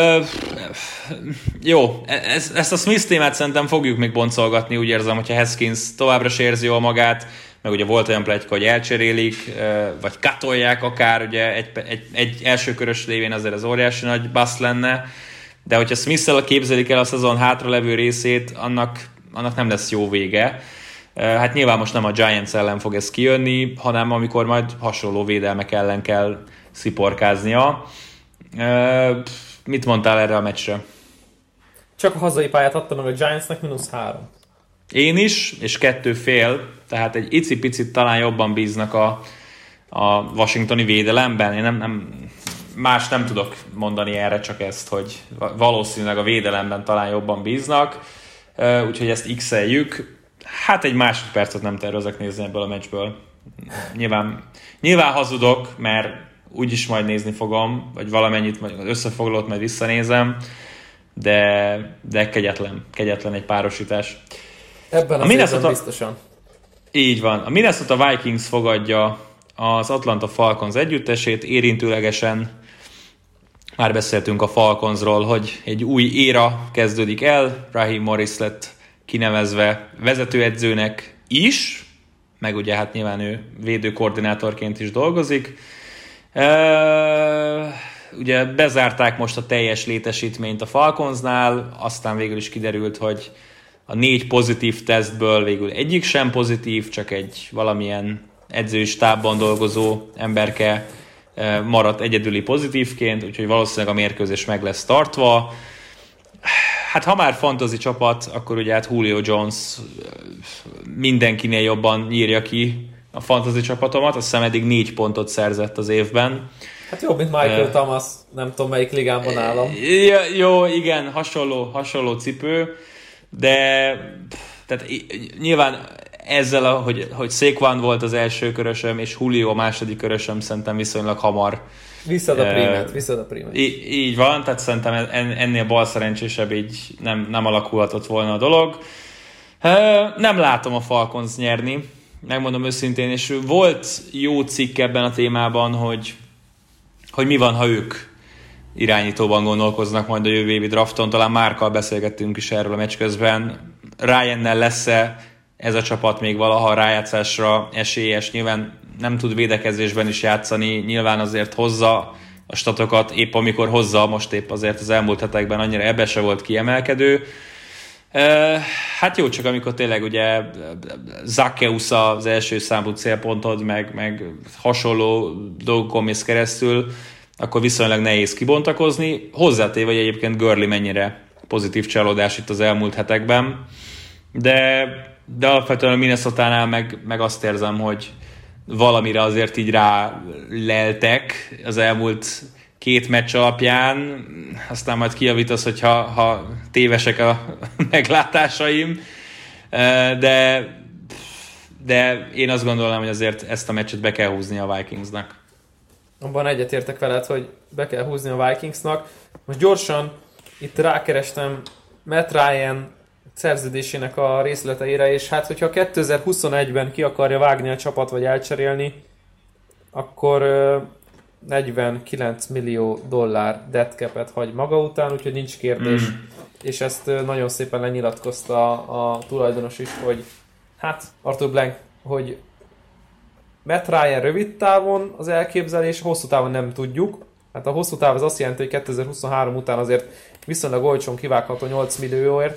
jó, ezt a Smith témát szerintem fogjuk még boncolgatni, úgy érzem, hogyha Haskins továbbra se érzi jól magát, meg ugye volt olyan pletyka, hogy elcserélik, vagy katolják akár, ugye egy elsőkörös lévén azért az óriási nagy bassz lenne, de hogyha Smith-szel képzelik el a szezon hátralevő részét, annak nem lesz jó vége. Hát nyilván most nem a Giants ellen fog ez kijönni, hanem amikor majd hasonló védelmek ellen kell sziporkáznia. Mit mondtál erre a meccsre? Csak a hazai pályát adta meg a Giantsnek -3. Én is, és 2,5, tehát egy icipicit talán jobban bíznak a washingtoni védelemben. Én nem más nem tudok mondani erre, csak ezt, hogy valószínűleg a védelemben talán jobban bíznak, úgyhogy ezt x-eljük. Hát egy másodpercet nem tervezek nézni ebből a meccsből. Nyilván hazudok, mert úgyis majd nézni fogom, vagy valamennyit majd összefoglalót majd visszanézem, de kegyetlen egy párosítás. Ebben az évben biztosan. Így van. A Minnesota Vikings fogadja az Atlanta Falcons együttesét, érintőlegesen már beszéltünk a Falconsról, hogy egy új éra kezdődik el, Raheem Morris lett kinevezve vezetőedzőnek is, meg ugye hát nyilván ő védőkoordinátorként is dolgozik. Ugye bezárták most a teljes létesítményt a Falconsnál, aztán végül is kiderült, hogy a 4 pozitív tesztből végül egyik sem pozitív, csak egy valamilyen edzői stábban dolgozó emberke maradt egyedüli pozitívként, úgyhogy valószínűleg a mérkőzés meg lesz tartva. Hát ha már fantasy csapat, akkor ugye hát Julio Jones mindenkinél jobban írja ki a fantasy csapatomat, azt hiszem eddig 4 pontot szerzett az évben. Hát jobb, mint Michael Thomas, nem tudom melyik ligámban állam. Jó, igen, hasonló cipő, de Tehát nyilván ezzel, hogy Saquon volt az első körösöm, és Julio a második körösöm, szerintem viszonylag hamar. Visszad a prímet. Így van, tehát szerintem ennél balszerencsésebb így nem alakulhatott volna a dolog. Nem látom a Falcons nyerni, megmondom őszintén, és volt jó cikk ebben a témában, hogy mi van, ha ők irányítóban gondolkoznak majd a jövő évi drafton. Talán Márkkal beszélgettünk is erről a meccs közben. Ryannel lesz-e ez a csapat még valaha a rájátszásra esélyes? Nyilván nem tud védekezésben is játszani, nyilván azért hozza a statokat, épp amikor hozza, most épp azért az elmúlt hetekben annyira ebbe se volt kiemelkedő. Hát jó, csak amikor tényleg ugye Zaccheus az első számú célpontod, meg hasonló dolgokon mész keresztül, akkor viszonylag nehéz kibontakozni. Hozzátéve, hogy egyébként Gurley mennyire pozitív csalódás itt az elmúlt hetekben, de alapvetően a Minnesotánál meg azt érzem, hogy valamire azért így rá leltek az elmúlt 2 meccs alapján, aztán majd kijavítasz, hogyha tévesek a meglátásaim, de én azt gondolom, hogy azért ezt a meccset be kell húzni a Vikingsnak. Abban egyetértek veled, hogy be kell húzni a Vikingsnak. Most gyorsan itt rákerestem Matt Ryan szerződésének a részleteire, és hát hogyha 2021-ben ki akarja vágni a csapat, vagy elcserélni, akkor 49 millió dollár dead cap-et hagy maga után, úgyhogy nincs kérdés. És ezt nagyon szépen lenyilatkozta a tulajdonos is, hogy hát Arthur Blank, hogy Matt Ryan rövid távon az elképzelés, hosszú távon nem tudjuk. Hát a hosszú táv az azt jelenti, hogy 2023 után azért viszonylag olcsón kivágható 8 millióért.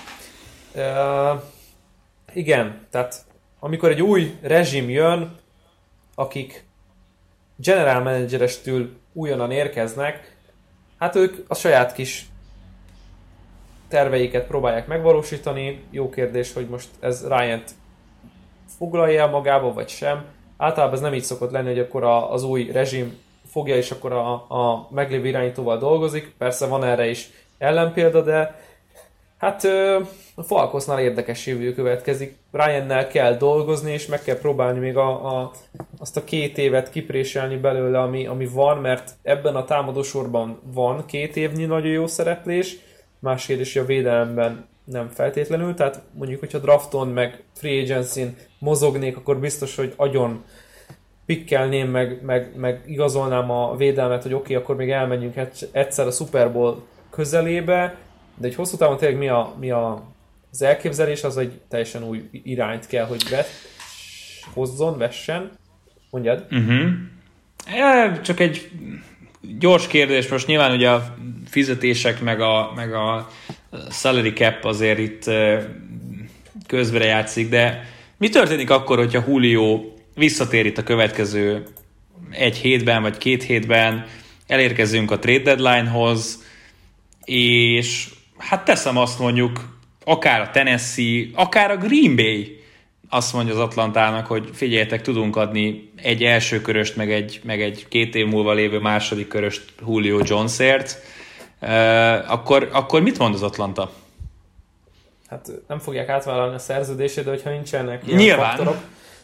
Igen, tehát amikor egy új rezsim jön, akik general managerestől újonnan érkeznek, hát ők a saját kis terveiket próbálják megvalósítani. Jó kérdés, hogy most ez Ryant foglalja el magába, vagy sem. Általában ez nem így szokott lenni, hogy akkor az új rezsim fogja, és akkor a meglévő irányítóval dolgozik. Persze van erre is ellenpélda, de hát a Falconsnál érdekes jövő következik. Ryannel kell dolgozni, és meg kell próbálni még azt a 2 évet kipréselni belőle, ami van, mert ebben a támadósorban van 2 évnyi nagyon jó szereplés, másért is a védelemben nem feltétlenül, tehát mondjuk, hogyha drafton meg free agency-n mozognék, akkor biztos, hogy agyon pikkelném, meg igazolnám a védelmet, hogy oké, akkor még elmenjünk egyszer a Super Bowl közelébe, de egy hosszú távon tényleg mi az elképzelés, az egy teljesen új irányt kell, hogy vessen. Mondjad? Csak egy gyors kérdés, most nyilván ugye a fizetések meg a salary cap azért itt közbere játszik, de mi történik akkor, hogyha Julio visszatér itt a következő 1 hétben vagy 2 hétben, elérkezünk a trade deadline-hoz, és hát teszem azt, mondjuk akár a Tennessee, akár a Green Bay azt mondja az Atlantának, hogy figyeljetek, tudunk adni egy első köröst, meg egy 2 év múlva lévő második köröst Julio Jonesért, akkor mit mond az Atlanta? Hát nem fogják átvállalni a szerződését, de hogyha nincsenek ilyen faktorok,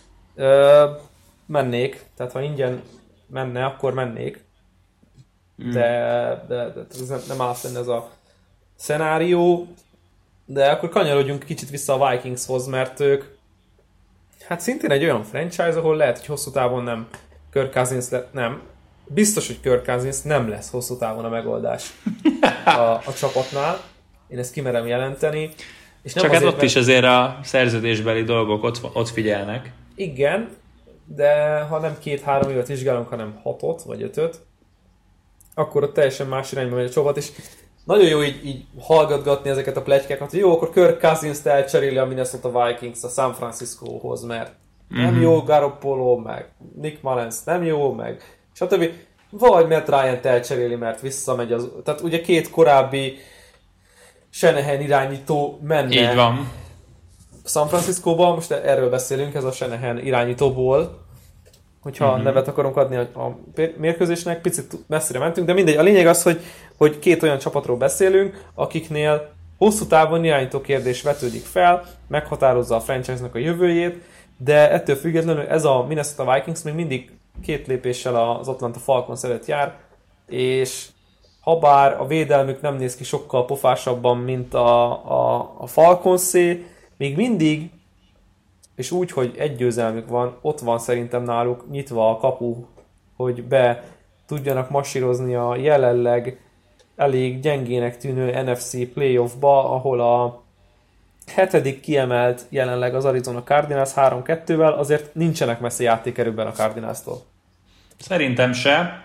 mennék. Tehát ha ingyen menne, akkor mennék. De ez nem áll fenn ez a szenárió. De akkor kanyarodjunk kicsit vissza a Vikingshoz, mert ők hát szintén egy olyan franchise, ahol lehet, hogy hosszú távon nem Kirk Cousins nem. Biztos, hogy Kirk Cousins nem lesz hosszú távon a megoldás a csapatnál. Én ezt kimerem jelenteni. És nem csak azért, ott is azért a szerződésbeli dolgok ott figyelnek. Igen, de ha nem 2-3 évet vizsgálunk, hanem 6-ot vagy 5-öt, akkor ott teljesen más irányba megy a csapat, és nagyon jó így hallgatgatni ezeket a pletykákat, hogy jó, akkor Kirk Cousins-t elcseréli a Minnesota Vikings a San Franciscohoz, mert nem jó Garoppolo, meg Nick Mullens nem jó, meg stb. Vagy mert Ryan-t elcseréli, mert visszamegy az... Tehát ugye 2 korábbi Shanahan irányító menne. Így van. San Franciscóban, most erről beszélünk, ez a Shanahan irányítóból, hogyha nevet akarunk adni a mérkőzésnek, picit messzire mentünk, de mindegy. A lényeg az, hogy 2 olyan csapatról beszélünk, akiknél hosszú távon irányító kérdés vetődik fel, meghatározza a franchise-nak a jövőjét, de ettől függetlenül ez a Minnesota Vikings még mindig 2 lépéssel az Atlanta Falcons előtt jár, és habár a védelmük nem néz ki sokkal pofásabban, mint a Falconsé, még mindig, és úgy, hogy egy győzelmük van, ott van szerintem náluk nyitva a kapu, hogy be tudjanak masírozni a jelenleg elég gyengének tűnő NFC playoffba, ahol a 7. kiemelt jelenleg az Arizona Cardinals 3-2-vel, azért nincsenek messze játékerőben a Cardinals-tól. Szerintem se.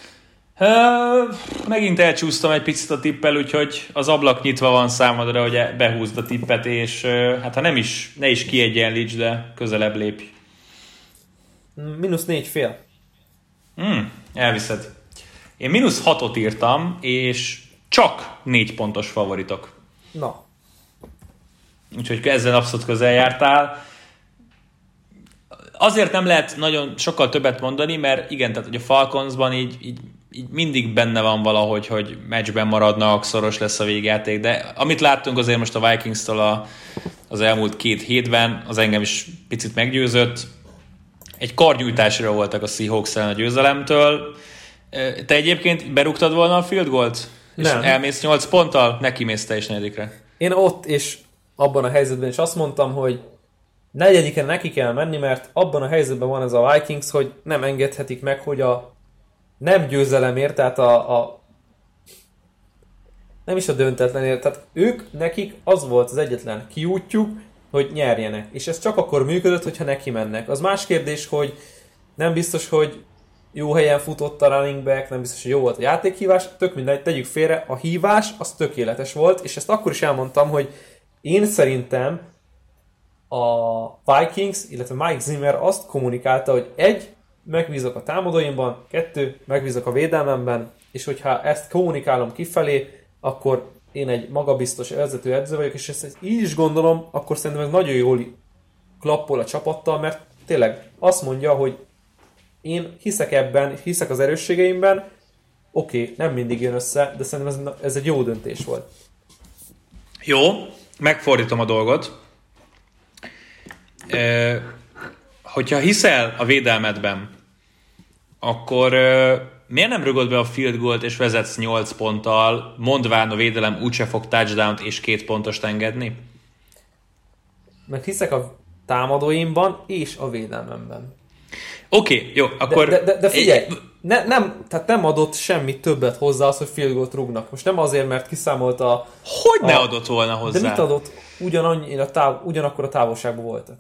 Megint elcsúsztam egy picit a tippel, úgyhogy az ablak nyitva van számodra, hogy behúzd a tippet, és hát ha nem is, ne is kiegyenlíts, de közelebb lépj. -4,5. Elviszed. Én -6-ot írtam, és csak 4 pontos favoritok. Na. Úgyhogy ezzel abszolút közel jártál. Azért nem lehet nagyon sokkal többet mondani, mert igen, tehát hogy a Falconsban így mindig benne van valahogy, hogy meccsben maradnak, szoros lesz a végjáték, de amit láttunk azért most a Vikings-től az elmúlt 2 hétben, az engem is picit meggyőzött. Egy karnyújtásra voltak a Seahawks ellen a győzelemtől. Te egyébként berúgtad volna a field goalt? Nem. És elmész 8 ponttal? Neki mész te is 4-re. Én ott és abban a helyzetben is azt mondtam, hogy 4-en neki kell menni, mert abban a helyzetben van ez a Vikings, hogy nem engedhetik meg, hogy a nem győzelemért, tehát nem is a döntetlenért, tehát nekik az volt az egyetlen kiútjuk, hogy nyerjenek. És ez csak akkor működött, hogyha neki mennek. Az más kérdés, hogy nem biztos, hogy jó helyen futott a running back, nem biztos, hogy jó volt a játékhívás, tök mindegy, tegyük félre, a hívás az tökéletes volt, és ezt akkor is elmondtam, hogy én szerintem a Vikings, illetve Mike Zimmer azt kommunikálta, hogy 1. megbízok a támadóimban, 2. megbízok a védelmemben, és hogyha ezt kommunikálom kifelé, akkor én egy magabiztos vezető edző vagyok, és ezt így is gondolom, akkor szerintem ez nagyon jól klappol a csapattal, mert tényleg azt mondja, hogy én hiszek ebben, hiszek az erősségeimben, oké, nem mindig jön össze, de szerintem ez egy jó döntés volt. Jó, megfordítom a dolgot. Hogyha hiszel a védelmedben, akkor miért nem rögöd be a field goalt és vezetsz 8 ponttal, mondván a védelem úgyse fog touchdownt és 2 pontost engedni? Mert hiszek a támadóimban és a védelmemben. Oké, jó, akkor... De figyelj, tehát nem adott semmi többet hozzá az, hogy field goalt rúgnak. Most nem azért, mert kiszámolta... Hogy ne adott volna hozzá? De mit adott? Ugyanakkor a távolságban voltak.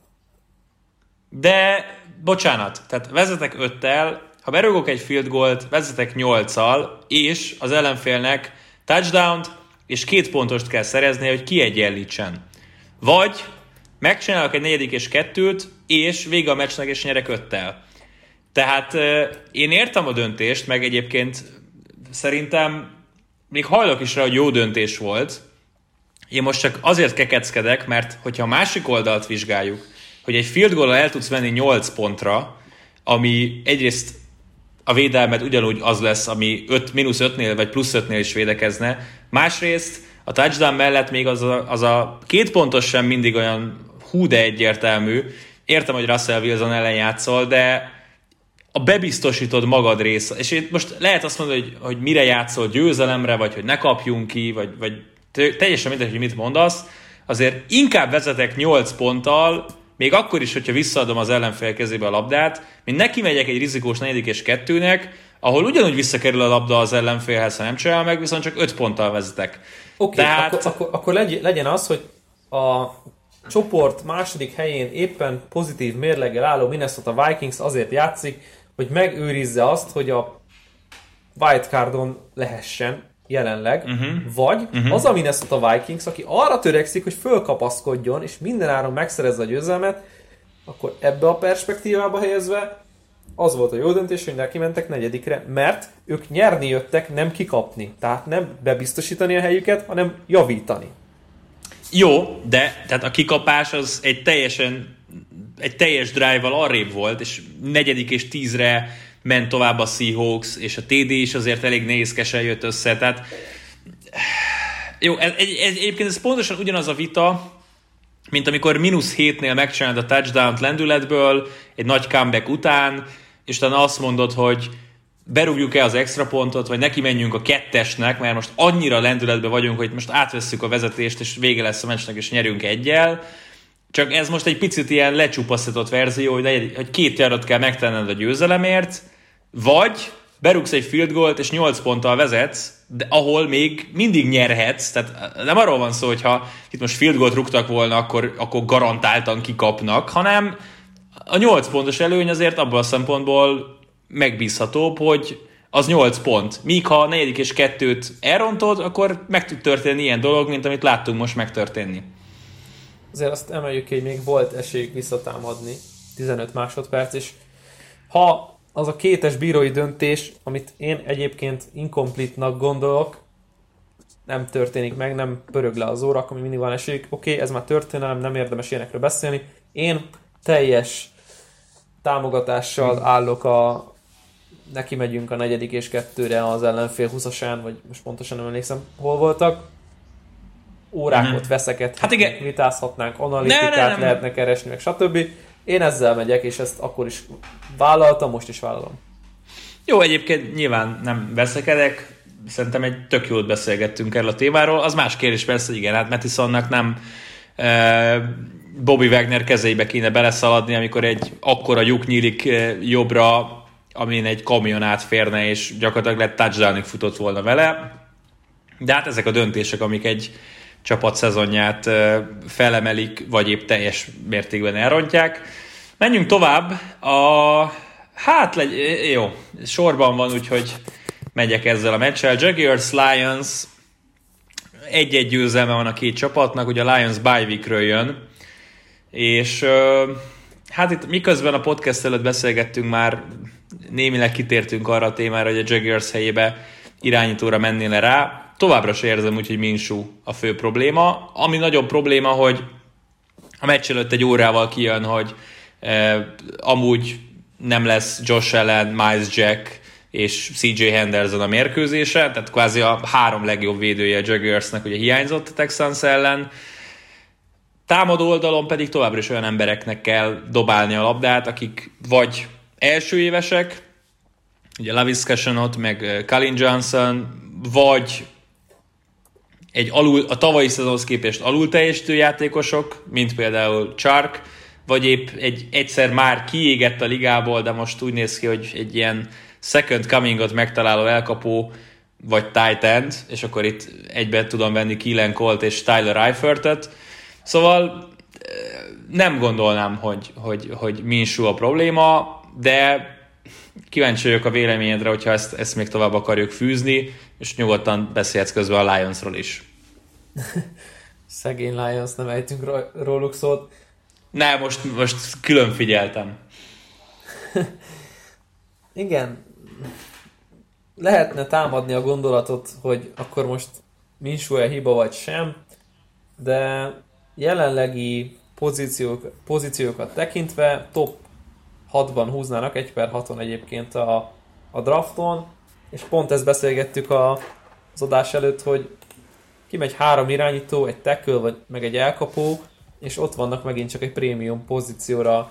De, bocsánat, tehát vezetek 5-tel, ha berúgok egy field goalt, vezetek 8-al, és az ellenfélnek touchdownt és 2 pontost kell szereznie, hogy kiegyenlítsen. Vagy megcsinálok egy 4. és 2-t, és vége a meccsnek, és nyerek 5-tel. Tehát én értem a döntést, meg egyébként szerintem még hajlok is rá, hogy jó döntés volt. Én most csak azért kekeckedek, mert hogyha a másik oldalt vizsgáljuk, hogy egy field goal-al el tudsz venni 8 pontra, ami egyrészt a védelmed ugyanúgy az lesz, ami -5-nél vagy +5-nél is védekezne. Másrészt a touchdown mellett még az a 2 pontos sem mindig olyan hú de egyértelmű. Értem, hogy Russell Wilson ellen játszol, de a bebiztosítod magad része. És én most lehet azt mondani, hogy mire játszol, győzelemre, vagy hogy ne kapjunk ki, vagy teljesen mindegy, hogy mit mondasz. Azért inkább vezetek 8 ponttal, még akkor is, hogyha visszaadom az ellenfél kezébe a labdát, mint neki megyek egy rizikós 4. és 2-nek, ahol ugyanúgy visszakerül a labda az ellenfélhez, ha nem csinál meg, viszont csak 5 ponttal vezetek. Oké, akkor legyen az, hogy a csoport második helyén éppen pozitív mérleggel álló Minnesota Vikings azért játszik, hogy megőrizze azt, hogy a wildcardon lehessen jelenleg, vagy az a Minnesota Vikings, aki arra törekszik, hogy fölkapaszkodjon, és mindenáron megszerezze a győzelmet, akkor ebbe a perspektívába helyezve az volt a jó döntés, hogy neki mentek 4-re, mert ők nyerni jöttek, nem kikapni. Tehát nem bebiztosítani a helyüket, hanem javítani. Jó, de tehát a kikapás az egy teljes drive-val arrébb volt, és 4. és 10-re ment tovább a Seahawks, és a TD is azért elég nehézkesen jött össze, tehát Jó, egyébként ez pontosan ugyanaz a vita, mint amikor -7-nél megcsinálod a touchdown-t lendületből, egy nagy comeback után, és utána azt mondod, hogy berúgjuk-e az extra pontot, vagy neki menjünk a 2-esnek, mert most annyira lendületben vagyunk, hogy most átvesszük a vezetést, és vége lesz a meccsnek, és nyerünk 1-jel. Csak ez most egy picit ilyen lecsupaszított verzió, hogy 2 yardot kell megtenned a győzelemért, vagy berúgsz egy field goalt, és 8 ponttal vezetsz, de ahol még mindig nyerhetsz. Tehát nem arról van szó, hogyha itt most field goalt rúgtak volna, akkor garantáltan kikapnak, hanem a 8 pontos előny azért abban a szempontból megbízhatóbb, hogy az 8 pont. Míg ha a 4. és 2-t elrontod, akkor meg tud történni ilyen dolog, mint amit láttunk most megtörténni. Azért azt emeljük ki, hogy még volt esélyük visszatámadni 15 másodperc, és ha az a 2-es bírói döntés, amit én egyébként incomplete-nak gondolok, nem történik meg, nem pörög le az óra, akkor mindig van esélyük. Oké, ez már történelem, nem érdemes ilyenekről beszélni. Én teljes támogatással állok neki megyünk a 4. és 2-re az ellenfél 20-asán, vagy most pontosan nem emlékszem, hol voltak. Órákat veszekedhetnénk, hát vitázhatnánk, analitikát lehetne keresni, meg stb. Én ezzel megyek, és ezt akkor is vállaltam, most is vállalom. Jó, egyébként nyilván nem veszekedek, szerintem egy tök jót beszélgettünk erről a témáról. Az más kérdés persze, hogy igen, hát Mattisonnak nem Bobby Wagner kezeibe kéne beleszaladni, amikor egy akkora lyuk nyílik jobbra, amin egy kamion átférne, és gyakorlatilag lett touchdownig futott volna vele. De hát ezek a döntések, amik egy csapat szezonját felemelik, vagy épp teljes mértékben elrontják. Menjünk tovább. Jó, sorban van, úgyhogy megyek ezzel a meccsel. Jaguars, Lions, egy-egy győzelme van a két csapatnak, ugye a Lions bye weekről jön, és hát itt miközben a podcast előtt beszélgettünk, már némileg kitértünk arra a témára, hogy a Jaguars helyébe irányítóra mennél rá. Továbbra se érzem úgy, hogy Minshew a fő probléma. Ami nagyobb probléma, hogy a meccs előtt egy órával kijön, hogy amúgy nem lesz Josh Allen, Miles Jack és CJ Henderson a mérkőzése, tehát kvázi a 3 legjobb védője a Jaguarsnak ugye hiányzott a Texans ellen. Támadó oldalon pedig továbbra is olyan embereknek kell dobálni a labdát, akik vagy első évesek, ugye Laviska Shenault, meg Colin Johnson, vagy a tavalyi szezonhoz képest alul teljesítő játékosok, mint például Chark, vagy épp egyszer már kiégett a ligából, de most úgy néz ki, hogy egy ilyen second comingot megtaláló elkapó, vagy tight end, és akkor itt egybe tudom venni Keelan Colt és Tyler Eifertet. Szóval nem gondolnám, hogy Minshew a probléma, de kíváncsi vagyok a véleményedre, hogyha ezt még tovább akarjuk fűzni, és nyugodtan beszélhetsz közben a Lionsról is. Szegény Lions, nem ejtünk róluk szót. Ne, most külön figyeltem. Igen. Lehetne támadni a gondolatot, hogy akkor most Minshew-e hiba vagy sem, de jelenlegi pozíciókat tekintve top 6-ban húznának, 1/6-on egyébként a drafton, és pont ezt beszélgettük az adás előtt, hogy kimegy 3 irányító, egy tackle, vagy meg egy elkapó, és ott vannak megint csak egy prémium pozícióra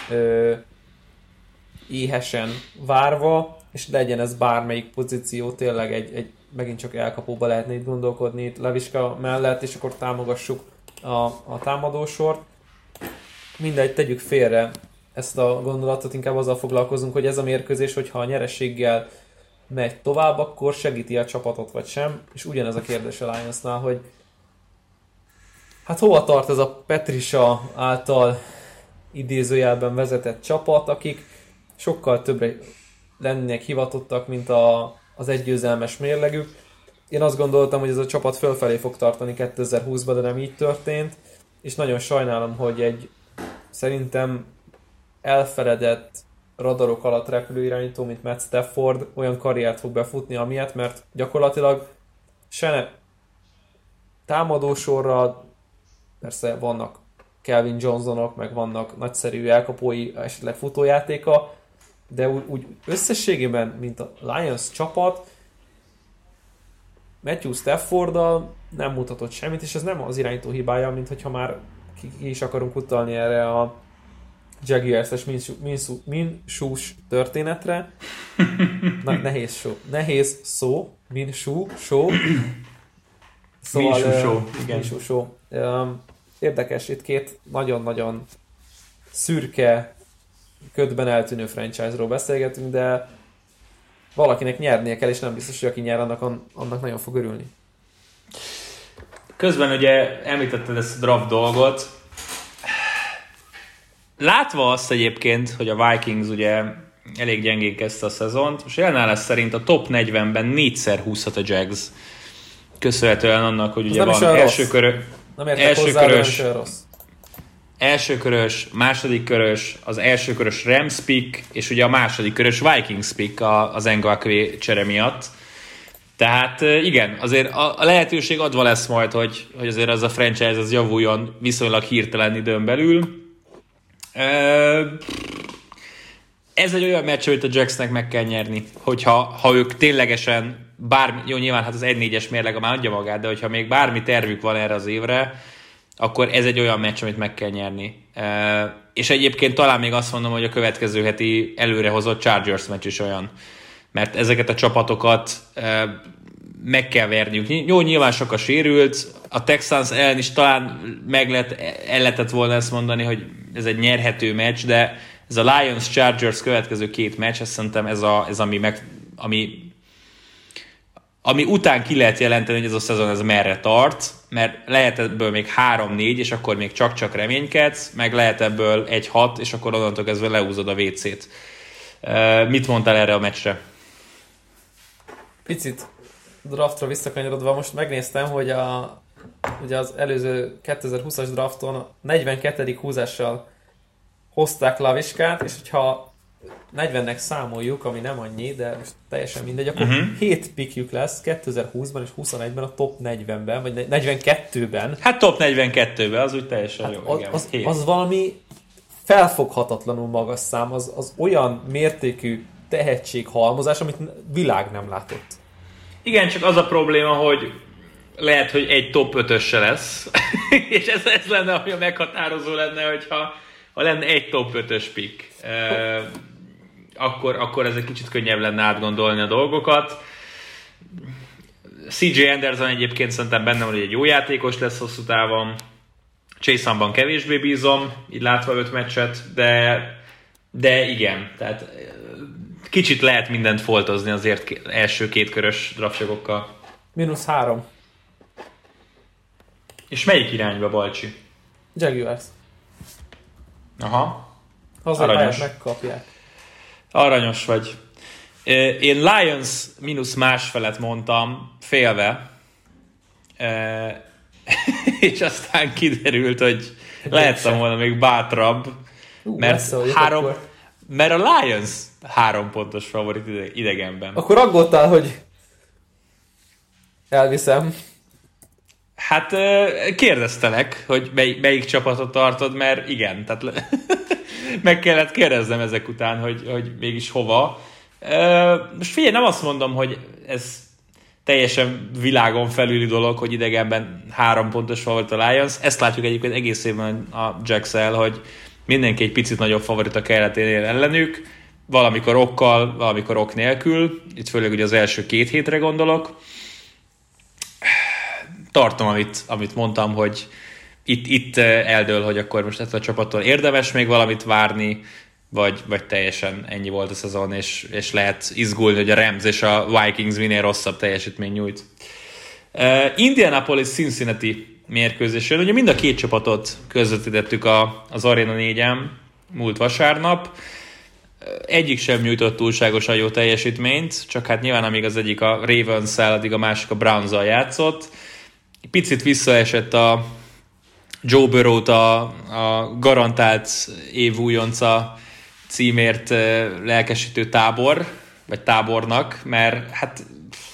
éhesen várva, és legyen ez bármelyik pozíció, tényleg egy megint csak elkapóba lehetne itt gondolkodni itt Laviska mellett, és akkor támogassuk a támadósort. Mindegy, tegyük félre ezt a gondolatot, inkább azzal foglalkozunk, hogy ez a mérkőzés, hogyha a nyereséggel megy tovább, akkor segíti a csapatot vagy sem, és ugyanez a kérdés a Lionsnál, hogy hát hova tart ez a Patricia által idézőjelben vezetett csapat, akik sokkal többre lennének hivatottak, mint az egygyőzelmes mérlegük. Én azt gondoltam, hogy ez a csapat fölfelé fog tartani 2020-ban, de nem így történt, és nagyon sajnálom, hogy egy szerintem elfeledett radarok alatt repülő irányító, mint Matt Stafford olyan karriert fog befutni amiatt, mert gyakorlatilag se támadósorral, persze vannak Calvin Johnsonok, meg vannak nagyszerű elkapói, esetleg futójátéka, de úgy összességében, mint a Lions csapat, Matthew Stafforddal nem mutatott semmit, és ez nem az irányító hibája, mint hogyha már ki is akarunk utalni erre a Jaguars-es Minshew történetre. Nehéz szó. Minshew show. Szóval, Minshew show. Érdekes, itt két nagyon-nagyon szürke, ködben eltűnő franchise-ról beszélgetünk, de valakinek nyernie kell, és nem biztos, hogy aki nyer, annak nagyon fog örülni. Közben ugye említetted ezt a draft dolgot. Látva azt egyébként, hogy a Vikings ugye elég gyengén kezdte a szezont, most ellenállás szerint a top 40-ben 4-szer húzhat a Jags. Köszönhetően annak, hogy ugye van első körös, második körös, az első körös Rams pick, és ugye a második körös Vikings pick az Ngakoue csere miatt. Tehát igen, azért a lehetőség adva lesz majd, hogy azért az a franchise az javuljon viszonylag hirtelen időn belül. Ez egy olyan meccs, amit a Jacksnek meg kell nyerni, hogyha ők ténylegesen jó, nyilván hát az 1-4-es mérleg már adja magát, de hogyha még bármi tervük van erre az évre, akkor ez egy olyan meccs, amit meg kell nyerni. És egyébként talán még azt mondom, hogy a következő heti előrehozott Chargers meccs is olyan. Mert ezeket a csapatokat meg kell verniük. Jó, nyilván sok a sérült, a Texans ellen is talán el lehetett volna ezt mondani, hogy ez egy nyerhető meccs, de ez a Lions-Chargers következő két meccs, ezt szerintem ez ami után ki lehet jelenteni, hogy ez a szezon ez merre tart, mert lehet ebből még 3-4, és akkor még csak-csak reménykedsz, meg lehet ebből 1-6, és akkor onnantól kezdve lehúzod a WC-t. Mit mondtál erre a meccsre? Picit draftra visszakanyarodva, most megnéztem, hogy ugye az előző 2020-as drafton a 42. húzással hozták Laviskát, és hogyha 40-nek számoljuk, ami nem annyi, de most teljesen mindegy, akkor 7 pickjük lesz 2020-ban és 21-ben a top 40-ben, vagy 42-ben. Hát top 42-ben, az úgy teljesen hát jó. Igen, az valami felfoghatatlanul magas szám, az olyan mértékű tehetséghalmozás, amit világ nem látott. Igen, csak az a probléma, hogy lehet, hogy egy top 5-ös se lesz, és ez lenne, ami a meghatározó lenne, hogyha lenne egy top 5-ös pick. Akkor ez egy kicsit könnyebb lenne átgondolni a dolgokat. CJ Anderson egyébként szerintem benne van, hogy egy jó játékos lesz hosszú távon. Chase Youngban kevésbé bízom, így látva 5 meccset, de igen, tehát kicsit lehet mindent foltozni azért első kétkörös draftjogokkal. -3. És melyik irányba, Balcsi? Jaguars. Aha. Aranyos. Megkapják. Aranyos vagy. Én Lions -1,5 mondtam, félve. És aztán kiderült, hogy lehettem volna még bátrabb, mert a Lions 3 pontos favorit idegenben. Akkor aggódtál, hogy elviszem. Hát kérdeztelek, hogy melyik csapatot tartod, mert igen, tehát meg kellett kérdeznem ezek után, hogy mégis hova. Most figyelj, nem azt mondom, hogy ez teljesen világon felüli dolog, hogy idegenben 3 pontos favorit a Lions. Ezt látjuk egyébként egész évben a Jacks-el, hogy mindenki egy picit nagyobb favorit a kelleténél ellenük, valamikor okkal, valamikor ok nélkül. Itt főleg ugye az első 2 hétre gondolok. Tartom, amit mondtam, hogy itt eldől, hogy akkor most ettől a csapattól érdemes még valamit várni, vagy teljesen ennyi volt a szezon, és lehet izgulni, hogy a Rams és a Vikings minél rosszabb teljesítmény nyújt. Indianapolis-Cincinnati mérkőzésen, ugye mind a két csapatot közvetítettük az Arena 4-en múlt vasárnap. Egyik sem nyújtott túlságosan jó teljesítményt, csak hát nyilván amíg az egyik a Ravens-szel, addig a másik a Browns-zal játszott. Picit visszaesett a Joe Burrow-t a garantált év újonca címért lelkesítő tábor, vagy tábornak, mert hát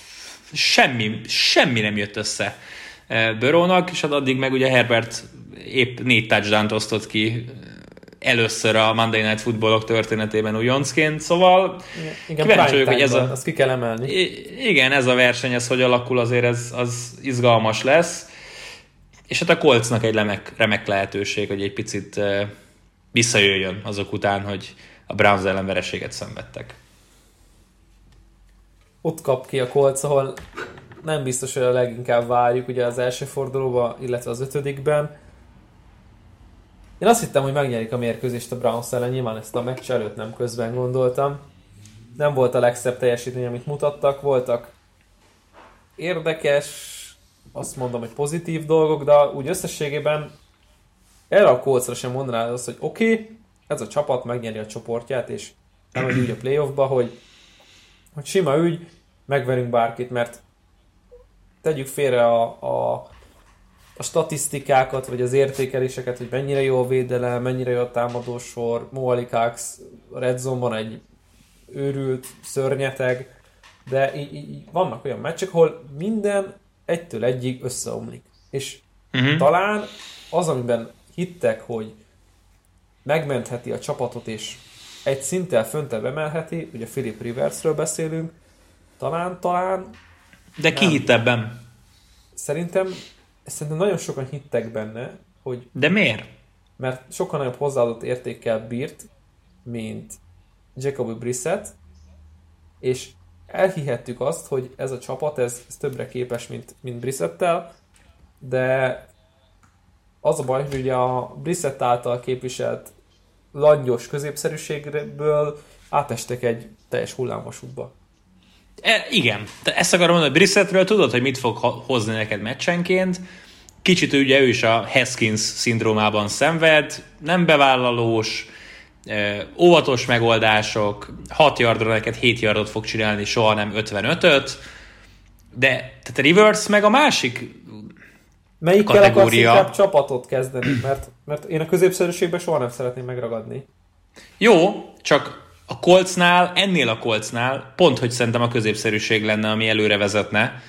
semmi nem jött össze Burrownak, és hát addig meg ugye Herbert épp 4 touchdown-t osztott ki először a Monday Night Footballok történetében újoncként, szóval kíváncsi vagyok, hogy azt ki kell emelni. Igen, ez a verseny, ez hogy alakul, azért az izgalmas lesz. És hát a Coltsnak egy remek lehetőség, hogy egy picit visszajöjjön azok után, hogy a Browns ellen vereséget szenvedtek. Ott kap ki a Colts, ahol nem biztos, hogy a leginkább várjuk ugye az első fordulóban, illetve az 5. Én azt hittem, hogy megnyerik a mérkőzést a Browns ellen, nyilván ezt a meccs előtt nem közben gondoltam. Nem volt a legszebb teljesítmény, amit mutattak, voltak érdekes, azt mondom, hogy pozitív dolgok, de úgy összességében erre a Coltsra sem mondanád azt, hogy oké, ez a csapat megnyeri a csoportját, és nem megy úgy a playoffba, hogy sima ügy, megverünk bárkit, mert tegyük félre a statisztikákat, vagy az értékeléseket, hogy mennyire jó a védelem, mennyire jó a támadósor, Mo Alie-Cox Red Zone-ban egy őrült szörnyeteg, de így vannak olyan meccsek, ahol minden egytől egyig összeomlik. És talán az, amiben hittek, hogy megmentheti a csapatot, és egy szinttel föntebb emelheti, ugye Philip Riversről beszélünk, talán... De ki hitt ebben? Szerintem nagyon sokan hittek benne, hogy... De miért? Mert sokkal nagyobb hozzáadott értékkel bírt, mint Jacoby Brissett, és elhihettük azt, hogy ez a csapat, ez többre képes, mint Brissettel, de az a baj, hogy ugye a Brissett által képviselt langyos középszerűségből átestek egy teljes hullámvasútba. Igen. Ezt akarom mondani, hogy Brissettről tudod, hogy mit fog hozni neked meccsenként. Kicsit ugye ő is a Haskins szindrómában szenved, nem bevállalós, óvatos megoldások, 6 yardra neked 7 yardot fog csinálni, soha nem 55-öt, de tehát Rivers meg a másik melyikkel akarsz inkább csapatot kezdeni? Mert én a középszerűségben soha nem szeretném megragadni. Jó, csak ennél a Coltsnál pont, hogy szerintem a középszerűség lenne, ami előre vezetne,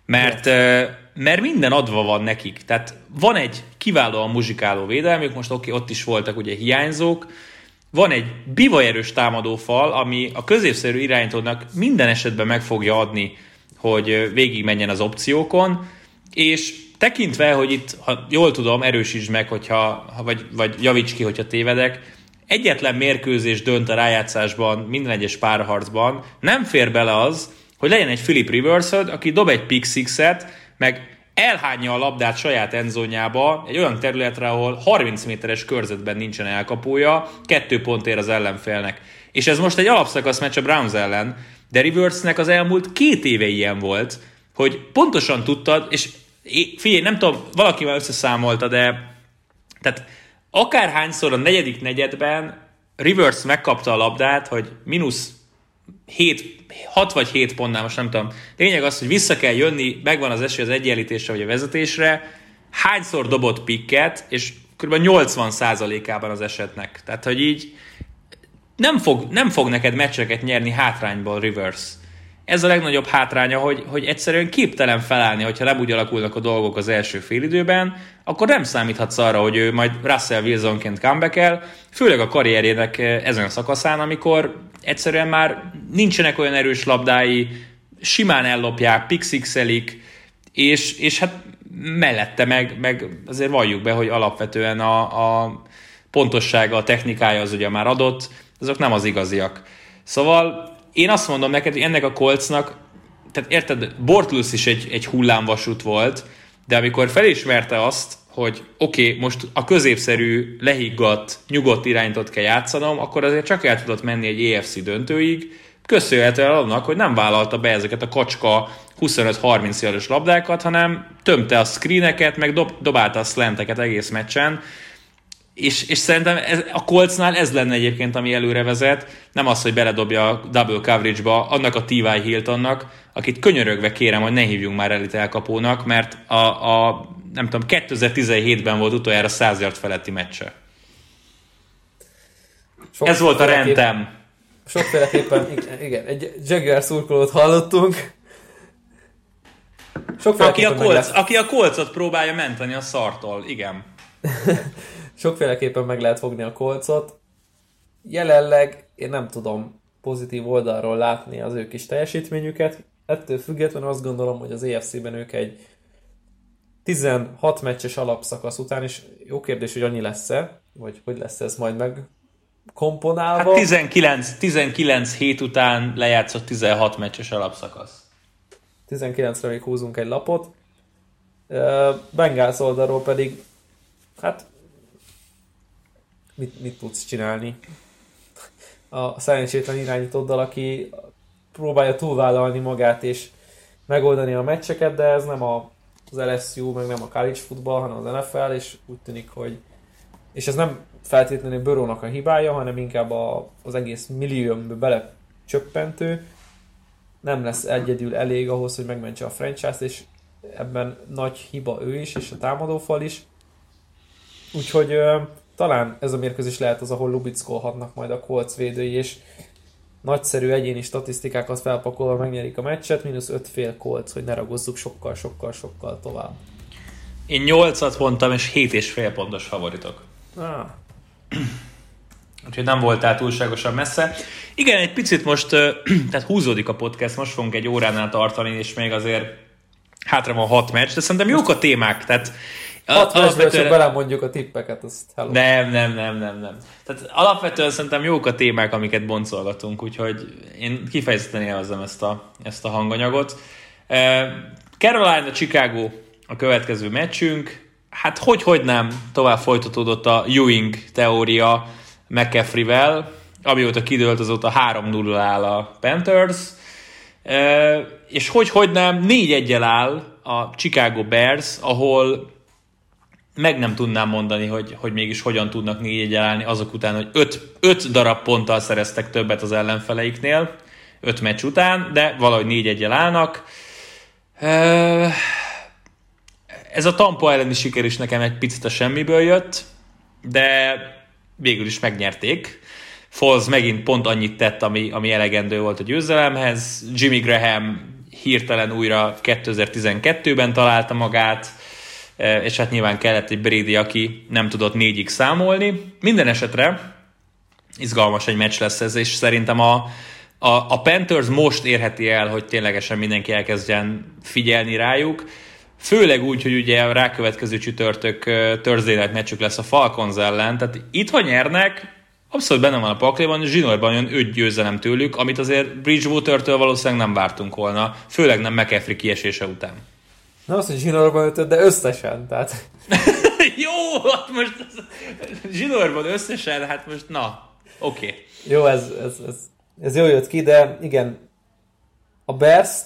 mert minden adva van nekik. Tehát van egy kiválóan muzsikáló védelmük, most ott is voltak ugye hiányzók, van egy bivajerős támadófal, ami a középszerű irányítónak minden esetben meg fogja adni, hogy végigmenjen az opciókon, és tekintve, hogy itt, ha jól tudom, erősítsd meg, vagy javíts ki, hogyha tévedek, egyetlen mérkőzés dönt a rájátszásban, minden egyes párharcban, nem fér bele az, hogy legyen egy Philip Riversöd, aki dob egy pick sixet, meg elhányja a labdát saját endzónjába egy olyan területre, ahol 30 méteres körzetben nincsen elkapója, 2 pont ér az ellenfélnek. És ez most egy alapszakasz meccs a Browns ellen, de Riversnek az elmúlt 2 éve ilyen volt, hogy pontosan tudtad, és figyelj, nem tudom, valaki már összeszámolta, de tehát akárhányszor a negyedik negyedben Rivers megkapta a labdát, hogy -6 vagy 7 pontnál, most nem tudom. Lényeg az, hogy vissza kell jönni, megvan az esély az egyenlítésre vagy a vezetésre, hányszor dobott pikket, és kb. 80%-ában az esetnek. Tehát, hogy így nem fog neked meccseket nyerni hátrányból Rivers. Ez a legnagyobb hátránya, hogy egyszerűen képtelen felállni, hogyha nem úgy alakulnak a dolgok az első félidőben, akkor nem számíthatsz arra, hogy ő majd Russell Wilsonként comeback-el, főleg a karrierjének ezen a szakaszán, amikor egyszerűen már nincsenek olyan erős labdái, simán ellopják, pick-sixelik, és hát mellette meg azért valljuk be, hogy alapvetően a pontossága, a technikája az ugye már adott, azok nem az igaziak. Szóval én azt mondom neked, hogy ennek a Coltsnak, tehát érted, Bortles is egy hullámvasút volt, de amikor felismerte azt, hogy oké, most a középszerű, lehiggadt, nyugodt irányítót kell játszanom, akkor azért csak el tudott menni egy AFC döntőig, köszönhetően annak, hogy nem vállalta be ezeket a kacska 25-30 yardos labdákat, hanem tömte a screeneket, meg dobálta a slanteket egész meccsen, és szerintem a Coltsnál ez lenne egyébként, ami előre vezet, nem az, hogy beledobja a double coverage-ba annak a T.Y. Hiltonnak, akit könyörögve kérem, hogy ne hívjunk már elit elkapónak, mert nem tudom, 2017-ben volt utoljára 100 yard feletti meccse. Ez volt a rendem. Sokféleképpen, igen, egy Jaguar szurkolót hallottunk. Aki a Coltsot próbálja menteni a szartól, igen. sokféleképpen meg lehet fogni a Coltsot. Jelenleg én nem tudom pozitív oldalról látni az ő kis teljesítményüket. Ettől függetlenül azt gondolom, hogy az AFC-ben ők egy 16 meccses alapszakasz után, és jó kérdés, hogy annyi lesz-e, vagy hogy lesz ez majd megkomponálva. Hát 19 hét után lejátszott 16 meccses alapszakasz. 19-re még húzunk egy lapot. Bengals oldalról pedig, hát mit tudsz csinálni? A szerencsétlen irányítóddal, aki próbálja túlvállalni magát és megoldani a meccseket, de ez nem az LSU, meg nem a college football, hanem az NFL, és úgy tűnik, hogy... És ez nem feltétlenül Burrownak a hibája, hanem inkább az egész milliómbe belecsöppentő. Nem lesz egyedül elég ahhoz, hogy megmentse a franchise-t, és ebben nagy hiba ő is, és a támadófal is. Úgyhogy talán ez a mérkőzés lehet az, ahol lubickolhatnak majd a Colts védői, és nagyszerű egyéni statisztikákat felpakolva megnyerik a meccset, -5,5 Colts, hogy ne ragozzuk sokkal tovább. Én 8-at mondtam, és 7,5 pontos favoritok. Úgyhogy nem voltál túlságosan messze. Igen, egy picit most, tehát húzódik a podcast, most fogunk egy óránál tartani, és még azért hátra van 6 meccs, de szerintem jók a témák, tehát 6 meccsből csak belemondjuk a tippeket, azt hello. Nem. Tehát alapvetően szerintem jók a témák, amiket boncolgatunk, úgyhogy én kifejezetten élvezem ezt a hanganyagot. Carolina, Chicago a következő meccsünk. Hát hogy nem, tovább folytatódott a Ewing teória McCaffrey-vel, amióta kidőlt, azóta 3-0 áll a Panthers, és hogy nem, 4-1-el áll a Chicago Bears, ahol meg nem tudnám mondani, hogy mégis hogyan tudnak 4-1-el állni azok után, hogy 5 darab ponttal szereztek többet az ellenfeleiknél, 5 meccs után, de valahogy 4-1-el állnak. Ez a Tampa elleni siker is nekem egy picit a semmiből jött, de végül is megnyerték. Foles megint pont annyit tett, ami elegendő volt a győzelemhez. Jimmy Graham hirtelen újra 2012-ben találta magát, és hát nyilván kellett egy Brady, aki nem tudott 4-ig számolni. Minden esetre izgalmas egy meccs lesz ez, és szerintem a Panthers most érheti el, hogy ténylegesen mindenki elkezdjen figyelni rájuk. Főleg úgy, hogy ugye a rákövetkező csütörtök Thursday night meccsük lesz a Falcons ellen, tehát itt, ha nyernek, abszolút benne van a pakliban, zsinórban jön 5 győzelem tőlük, amit azért Bridgewater-től valószínűleg nem vártunk volna, főleg nem McCaffrey kiesése után. Nem azt, hogy zsinórban ötöd, de összesen, tehát... Jó, hát most zsinórban összesen, hát most na, oké. Okay. Jó, ez jól jött ki, de igen, a Bears-t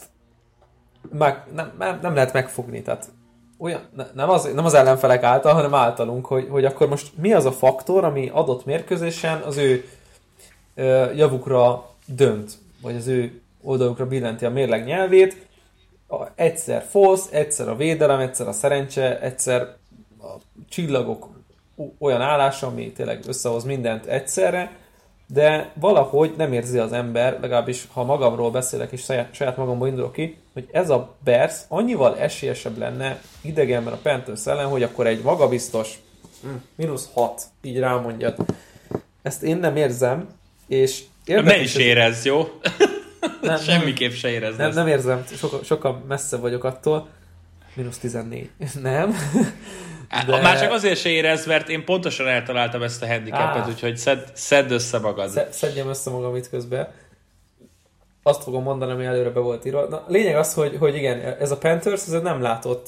nem lehet megfogni, tehát olyan, nem az ellenfelek által, hanem általunk, hogy akkor most mi az a faktor, ami adott mérkőzésen az ő javukra dönt, vagy az ő oldalukra billenti a mérleg nyelvét. Egyszer Foles, egyszer a védelem, egyszer a szerencse, egyszer a csillagok olyan állása, ami tényleg összehoz mindent egyszerre, de valahogy nem érzi az ember, legalábbis ha magamról beszélek és saját magamból indulok ki, hogy ez a Bears annyival esélyesebb lenne idegenben a Panthers ellen, hogy akkor egy magabiztos -6, így rámondjad. Ezt én nem érzem, és ne is érezz, jó? Semmiképp se érezd. Nem érzem, sokkal messze vagyok attól. -14. Nem. De... Már csak azért se érez, mert én pontosan eltaláltam ezt a handicapet, úgyhogy szedd össze magad. Szedjem össze magam itt közben. Azt fogom mondani, ami előre be volt írva. Na, lényeg az, hogy igen, ez a Panthers, ez nem látott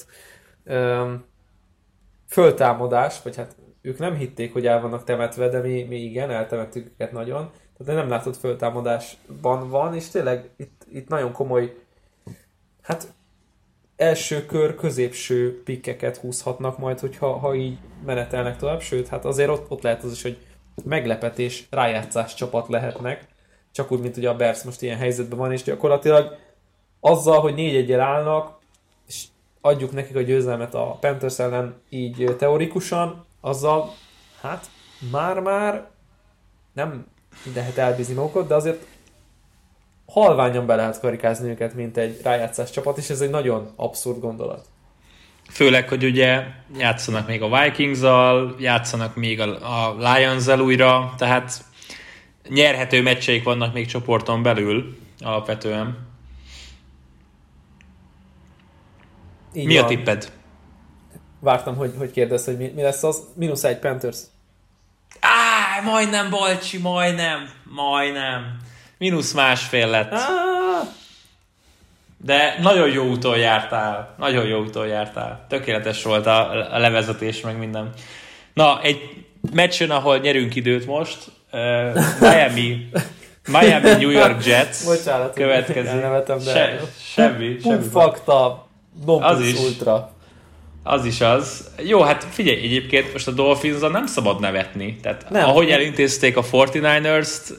föltámadás, vagy hát ők nem hitték, hogy el vannak temetve, de mi igen, eltemettük őket nagyon. Tehát nem látott föltámadásban van, és tényleg itt nagyon komoly, hát első kör, középső pikkeket húzhatnak majd, hogyha így menetelnek tovább, sőt, hát azért ott lehet az is, hogy meglepetés, rájátszás csapat lehetnek, csak úgy, mint ugye a Bears most ilyen helyzetben van, és gyakorlatilag azzal, hogy 4-1-el állnak, és adjuk nekik a győzelmet a Panthers ellen így teorikusan, azzal, hát már nem lehet elbízni magukat, de azért halványan be lehet karikázni őket, mint egy rájátszás csapat, és ez egy nagyon abszurd gondolat. Főleg, hogy ugye játszanak még a Vikings-zal, játszanak még a Lions-zal újra, tehát nyerhető meccseik vannak még csoporton belül alapvetően. Így mi van. a tipped? Vártam, hogy kérdezz, hogy mi lesz az. -1 Panthers. Majdnem, Balcsi, majdnem. -1,5 lett. De nagyon jó úton jártál. Tökéletes volt a levezetés, meg minden. Na, egy meccsen, ahol nyerünk időt most, Miami New York Jets. Bocsánat, következik. Elnevetem, de semmi. Pumfakta, Dompus Ultra. Az is az. Jó, hát figyelj, egyébként most a Dolphins-on nem szabad nevetni. Tehát nem. Ahogy elintézték a 49ers-t,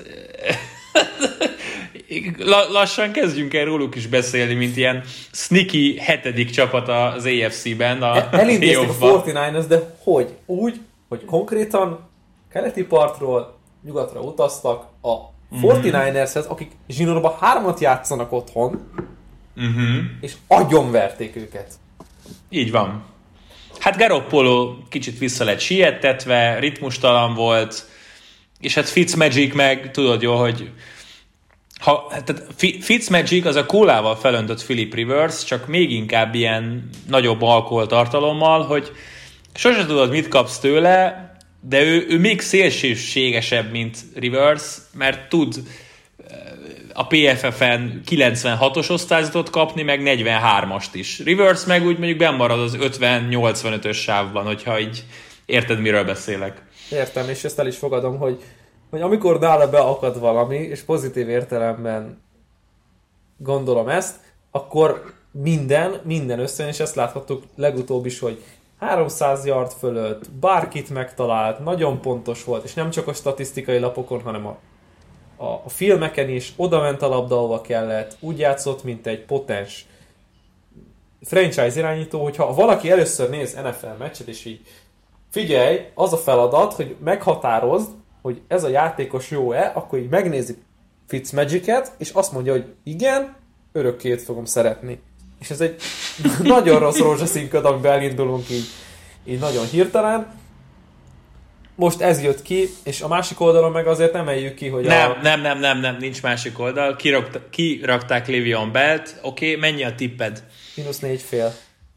lassan kezdjünk el róluk is beszélni, mint ilyen sneaky 7. csapat az AFC-ben. Elintézték a 49ers, de hogy? Úgy, hogy konkrétan keleti partról nyugatra utaztak a 49ershez, akik zsinórban 3-at játszanak otthon, és agyonverték őket. Így van. Hát Garoppolo kicsit vissza lett siettetve, ritmustalan volt, és hát Fitzmagic meg, tudod jól, hogy tehát Fitzmagic az a kólával felöntött Philip Rivers, csak még inkább ilyen nagyobb alkoholtartalommal, hogy sose tudod, mit kapsz tőle, de ő még szélsőségesebb, mint Rivers, mert tud a PFF-en 96-os osztályzatot kapni, meg 43-ast is. Rivers meg úgy mondjuk bennmarad az 50-85-ös sávban, hogyha így érted, miről beszélek. Értem, és ezt el is fogadom, hogy amikor nála beakad valami, és pozitív értelemben gondolom ezt, akkor minden összejön, és ezt láthattuk legutóbb is, hogy 300 yard fölött bárkit megtalált, nagyon pontos volt, és nem csak a statisztikai lapokon, hanem a filmeken is, oda ment a labda, ahova kellett, úgy játszott, mint egy potens franchise irányító, hogyha valaki először néz NFL meccset, és így figyelj, az a feladat, hogy meghatározd, hogy ez a játékos jó-e, akkor így megnézi Fitzmagic-et, és azt mondja, hogy igen, örökké fogom szeretni. És ez egy nagyon rossz rózsaszínköd, amiben elindulunk így nagyon hirtelen. Most ez jött ki, és a másik oldalon meg azért emeljük ki, hogy Nem, nincs másik oldal. Kirakták Le'Veon Bell-t. Oké, mennyi a tipped? -4,5.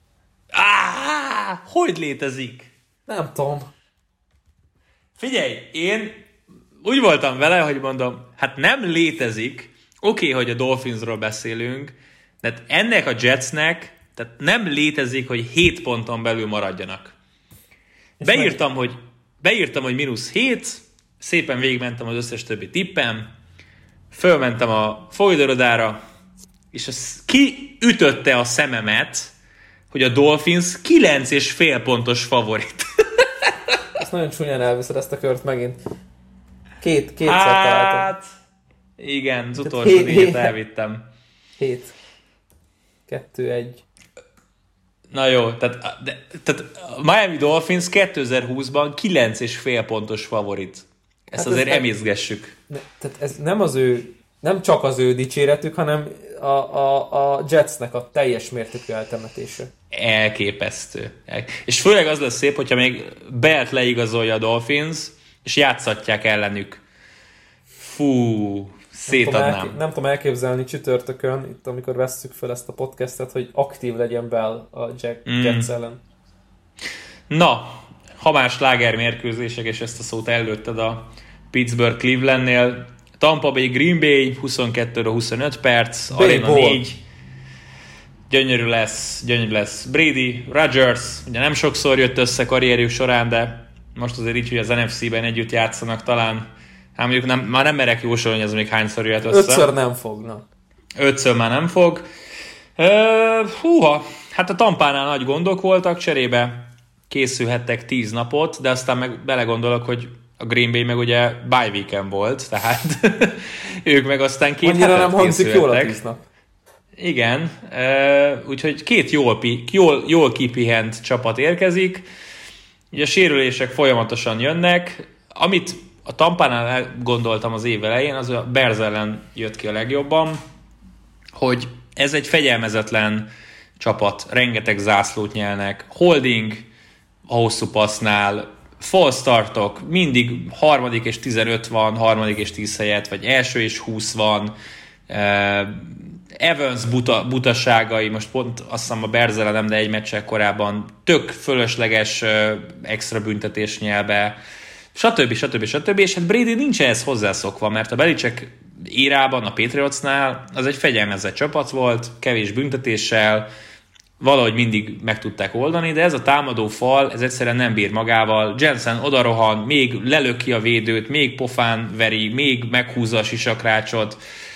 Hogy létezik? Nem tudom. Figyelj, én úgy voltam vele, hogy mondom, hát nem létezik. Oké, hogy a Dolphinsról beszélünk, de ennek a Jetsnek tehát nem létezik, hogy 7 ponton belül maradjanak. Beírtam, hogy -7, szépen végigmentem az összes többi tippem, fölmentem a folyóirodára, és az kiütötte a szememet, hogy a Dolphins 9,5 pontos favorit. Ezt nagyon csúnyán elviszed ezt a kört megint. Kétszer találtam. Igen, az utolsó 4-et elvittem. 7. 2-1. Na jó, tehát a Miami Dolphins 2020-ban 9,5 pontos favorit. Ezt hát azért emészgessük. Tehát ez nem csak az ő dicséretük, hanem a Jetsnek a teljes mértékű eltemetése. Elképesztő. És főleg az lesz szép, hogyha még Belt leigazolja a Dolphins, és játszatják ellenük. Fú, szétadnám. Nem tudom elképzelni csütörtökön, itt amikor vesszük fel ezt a podcastet, hogy aktív legyen Bell a Jets ellen. Na, ha más slágermérkőzések, és ezt a szót előtted a Pittsburgh Clevelandnél, Tampa Bay Green Bay 22-25 perc, Arena 4. Gyönyörű lesz. Brady, Rodgers, ugye nem sokszor jött össze karrierjük során, de most azért így, hogy az NFC-ben együtt játszanak talán. Hát mondjuk már nem merek jósolni, hogy ez még hányszor jött össze. 5-ször nem fognak. 5-ször már nem fog. Hát a Tampánál nagy gondok voltak, cserébe készülhettek 10 napot, de aztán meg belegondolok, hogy a Green Bay meg ugye bye weekend volt, tehát ők meg aztán 2 hetet nem hangzik jól a 10 nap. Igen, úgyhogy 2 jól kipihent csapat érkezik. Ugye a sérülések folyamatosan jönnek. Amit a Tampánál gondoltam az év elején, az a Bears ellen jött ki a legjobban, hogy ez egy fegyelmezetlen csapat, rengeteg zászlót nyelnek, holding a hosszú passznál, false startok, mindig 3. és 15 van, 3. és 10 helyett, vagy első és 20 van, Evans butaságai, most pont azt hiszem a Berzele nem, de egy meccsel korábban tök fölösleges extra büntetés nyel be, stb. És hát Brady nincs ehhez hozzászokva, mert a Belichick írában, a Patriotsnál az egy fegyelmezett csapat volt, kevés büntetéssel, valahogy mindig meg tudták oldani, de ez a támadó fal, ez egyszerűen nem bír magával. Jensen odarohan, még lelöki a védőt, még pofán veri, még meghúzza a sisakrácsot,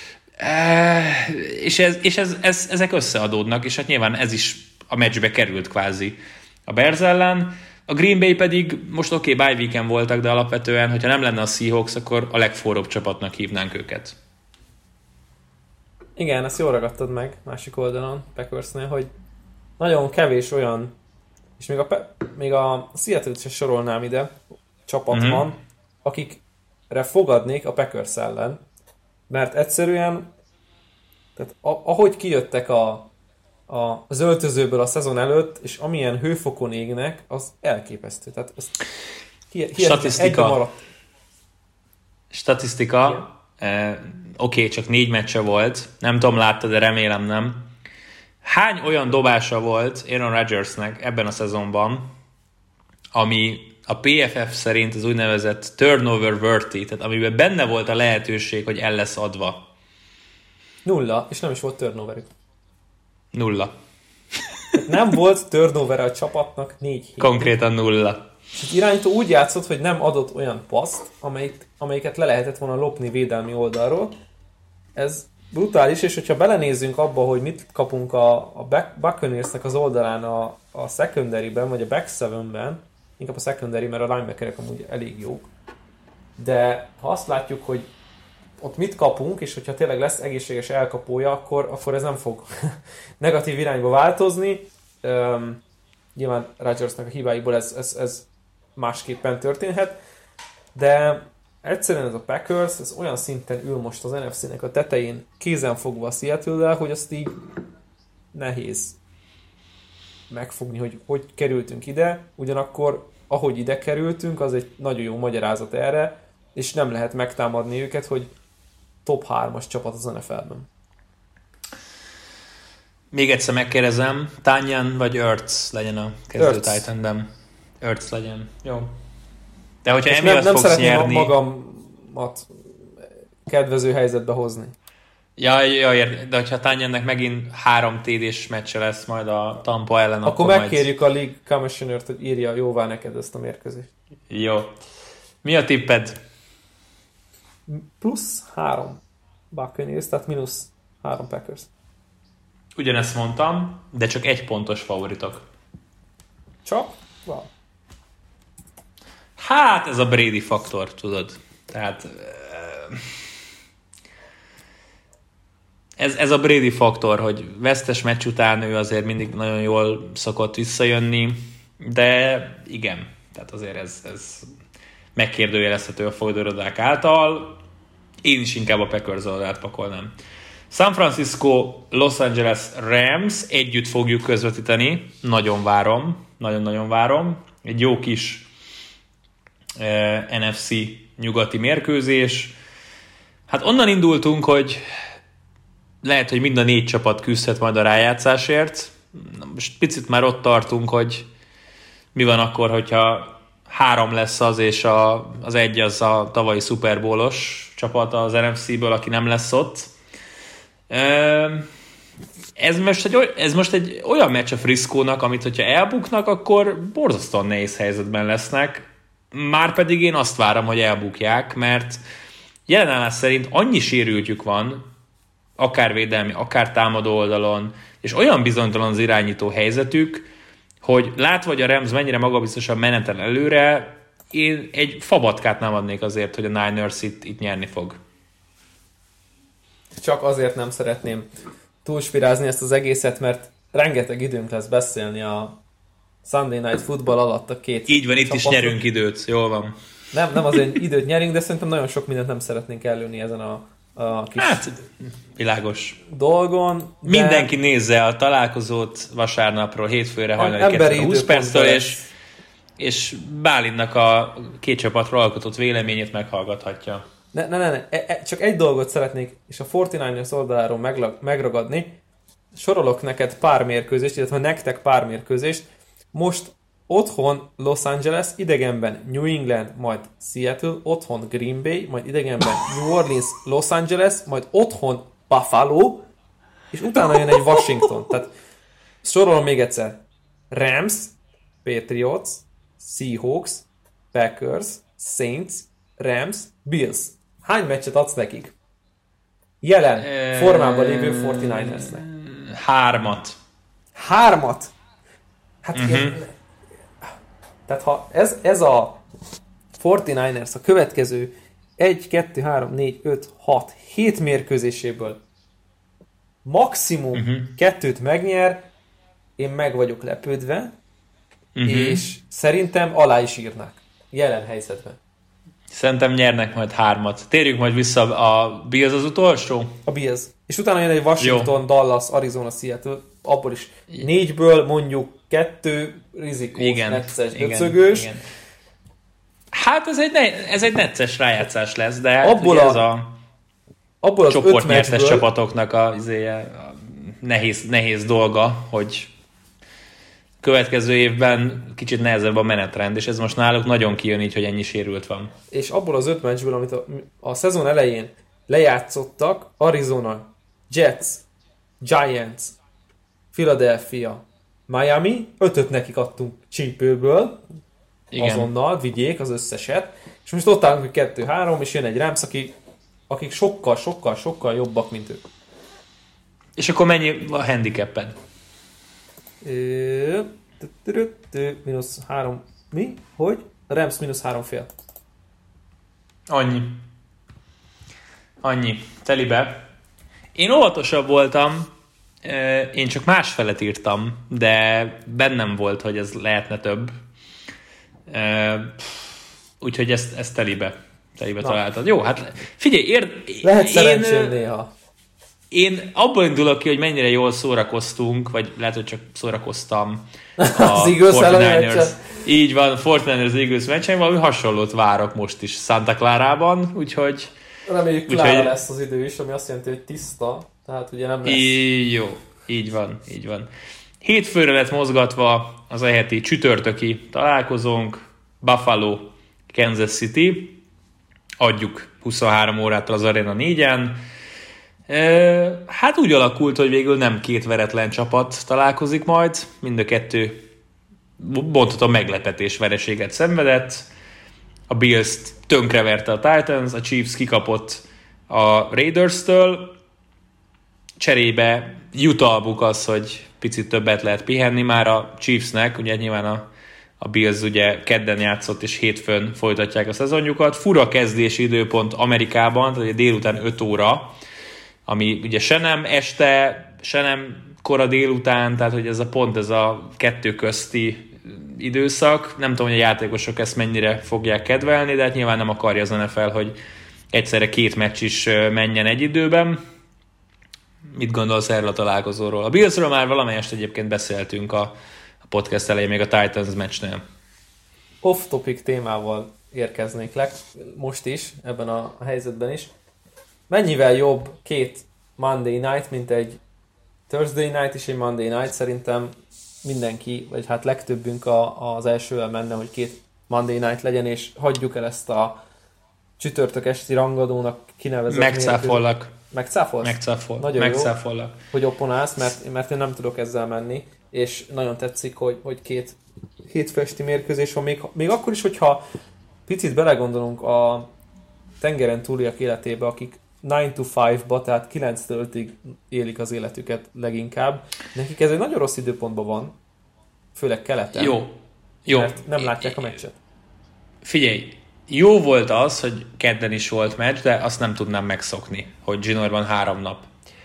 és ezek összeadódnak, és hát nyilván ez is a meccsbe került kvázi a Bears ellen. A Green Bay pedig most bye weekend voltak, de alapvetően, hogyha nem lenne a Seahawks, akkor a legforróbb csapatnak hívnánk őket. Igen, ezt jól ragadtad meg másik oldalon, Packersnél, hogy nagyon kevés olyan, és még a Seattle-t sem sorolnám ide, csapat van, akikre fogadnék a Packers ellen, mert egyszerűen, tehát ahogy kijöttek az öltözőből a szezon előtt, és amilyen hőfokon égnek, az elképesztő. Tehát Statisztika. Oké, csak 4 meccse volt. Nem tudom, láttad, de remélem nem. Hány olyan dobása volt Aaron Rodgersnek ebben a szezonban, ami a PFF szerint az úgynevezett turnover worthy, tehát amiben benne volt a lehetőség, hogy el lesz adva? 0, és nem is volt turnoverük. 0. Nem volt turnover a csapatnak 4 hét. Konkrétan 0. És az irányító úgy játszott, hogy nem adott olyan paszt, amelyiket le lehetett volna lopni védelmi oldalról. Ez brutális, és hogyha belenézzünk abba, hogy mit kapunk a Buccaneersnek az oldalán a secondary-ben, vagy a back 7-ben, inkább a secondary, mert a linebackerek amúgy elég jók. De ha azt látjuk, hogy ott mit kapunk, és hogyha tényleg lesz egészséges elkapója, akkor ez nem fog negatív irányba változni. Nyilván Rodgersnek a hibáiból ez másképpen történhet, de egyszerűen ez a Packers, ez olyan szinten ül most az NFC-nek a tetején, kézen fogva a Seattle-del, hogy azt így nehéz megfogni, hogy kerültünk ide, ugyanakkor ahogy ide kerültünk, az egy nagyon jó magyarázat erre, és nem lehet megtámadni őket, hogy top 3-as csapat az NFL-ben. Még egyszer megkérdezem, Tanyan vagy Ertz legyen a kezdő Titanben? Ertz legyen. Jó. De hogyha emiatt nem fogsz nyerni... Nem magamat kedvező helyzetbe hozni. Ja, de hogyha Tanyannek megint 3 TD-s meccse lesz majd a Tampa ellen, akkor megkérjük a League Commissioner-t, hogy írja jóvá neked ezt a mérkőzést. Jó. Mi a tipped? +3 Buccaneers, tehát -3 Packers. Ugyanezt mondtam, de csak 1 pontos favoritok. Csak? Wow. Hát ez a Brady faktor, tudod. Tehát ez a Brady faktor, hogy vesztes meccs után ő azért mindig nagyon jól szokott visszajönni, de igen, tehát azért ez megkérdőjelezhető a folydorodák által. Én is inkább a Packers oldalt pakolnám. San Francisco, Los Angeles Rams, együtt fogjuk közvetíteni. Nagyon várom, nagyon-nagyon várom. Egy jó kis NFC nyugati mérkőzés. Hát onnan indultunk, hogy lehet, hogy mind a 4 csapat küzdhet majd a rájátszásért. Most picit már ott tartunk, hogy mi van akkor, hogyha 3 lesz az, és az egy az a tavalyi Super Bowl-os csapat az NFC-ből, aki nem lesz ott. Ez most egy olyan meccs a Friscónak, amit hogyha elbuknak, akkor borzasztóan nehéz helyzetben lesznek. Márpedig én azt várom, hogy elbukják, mert jelenállás szerint annyi sérültjük van, akár védelmi, akár támadó oldalon, és olyan bizonytalan az irányító helyzetük, hogy látva, hogy a Rams mennyire magabiztosan menetel előre, én egy fabatkát nem adnék azért, hogy a Niners itt nyerni fog. Csak azért nem szeretném túlspirázni ezt az egészet, mert rengeteg időnk lesz beszélni a Sunday Night Football alatt a 2 Így van, itt is nyerünk időt, jól van. Nem azért időt nyerünk, de szerintem nagyon sok mindent nem szeretnénk előni ezen a a kis világos dolgon. Mindenki nézze a találkozót vasárnapról, hétfőre, hajnali 20 perctől, és Bálintnak a két csapatról alkotott véleményét meghallgathatja. Csak egy dolgot szeretnék, és a 49ers oldaláról megragadni. Sorolok neked pár mérkőzést, illetve nektek pár mérkőzést. Most otthon Los Angeles, idegenben New England, majd Seattle, otthon Green Bay, majd idegenben New Orleans, Los Angeles, majd otthon Buffalo, és utána jön egy Washington. Tehát sorolom még egyszer. Rams, Patriots, Seahawks, Packers, Saints, Rams, Bills. Hány meccset adsz nekik? Jelen formában lévő 49ersnek. 3. 3? Hát tehát ha ez a 49ers a következő 1, 2, 3, 4, 5, 6, 7 mérkőzéséből maximum 2-t megnyer, én meg vagyok lepődve, és szerintem alá is írnák jelen helyzetben. Szerintem nyernek majd 3. Térjünk majd vissza, a Bills az utolsó? A Bills. És utána jön egy Washington, jó. Dallas, Arizona, Seattle, abból is 4-ből mondjuk 2 rizikós, necces, öcögös. Igen. Hát ez egy necces rájátszás lesz, de abból az csoportnyertes csapatoknak a nehéz dolga, hogy következő évben kicsit nehezebb a menetrend, és ez most náluk nagyon kijön így, hogy ennyi sérült van. És abból az 5 meccsből, amit a szezon elején lejátszottak, Arizona, Jets, Giants, Philadelphia, Miami, 5-öt nekik adtunk csípőből, igen. Azonnal, vigyék az összeset, és most ott állunk, hogy 2-3, és jön egy Rams, akik sokkal jobbak, mint ők. És akkor mennyi a handicaped? -3. Mi? Hogy? A Rams -3,5. Annyi. Telibe. Én óvatosabb voltam, én csak másfelet írtam, de bennem volt, hogy ez lehetne több. Úgyhogy ezt telibe találtad. Jó, hát figyelj, lehet szerencsém néha. Én abból indulok ki, hogy mennyire jól szórakoztunk, vagy lehet, hogy csak szórakoztam az Eagles Fortniners. Így van, Fortniners Eagles meccsen, valami hasonlót várok most is Santa Clarában, úgyhogy... Reméljük klára lesz az idő is, ami azt jelenti, hogy tiszta, tehát ugye nem lesz... Jó, így van. Hétfőre lett mozgatva az eheti csütörtöki találkozónk, Buffalo, Kansas City, adjuk 23 órától az Arena 4-en. Hát úgy alakult, hogy végül nem 2 veretlen csapat találkozik majd, mind a 2 mondhatom meglepetés vereséget szenvedett. A Bills tönkreverte a Titans, a Chiefs kikapott a Raiders-től, cserébe jutalmuk az, hogy picit többet lehet pihenni már a Chiefsnek, ugye nyilván a Bills ugye kedden játszott és hétfőn folytatják a szezonjukat. Fura kezdési időpont Amerikában, tehát délután 5 óra, ami ugye se nem este, se nem kora délután, tehát hogy ez a 2 közti időszak. Nem tudom, hogy a játékosok ezt mennyire fogják kedvelni, de hát nyilván nem akarja az NFL, hogy egyszerre 2 meccs is menjen egy időben. Mit gondolsz erről a találkozóról? A Billsről már valamelyest egyébként beszéltünk a podcast elején, még a Titans meccsnél. Off-topic témával érkeznék le, most is, ebben a helyzetben is. Mennyivel jobb 2 Monday night, mint egy Thursday night és egy Monday night? Szerintem mindenki, vagy hát legtöbbünk az elsővel menne, hogy 2 Monday night legyen, és hagyjuk el ezt a csütörtök esti rangadónak kinevezett megcáfollak. Megcáfolsz? Nagyon megcáfollak. Jó, hogy opponálsz, mert én nem tudok ezzel menni, és nagyon tetszik, hogy 2 hétfesti mérkőzés van, még akkor is, hogyha picit belegondolunk a tengeren túliak életébe, akik 9 to 5-ba, tehát 9-től 5-ig élik az életüket leginkább. Nekik ez egy nagyon rossz időpontban van, főleg keleten. Jó. Mert nem látják a meccset. Figyelj, jó volt az, hogy kedden is volt meccs, de azt nem tudnám megszokni, hogy zsinórban 3 nap.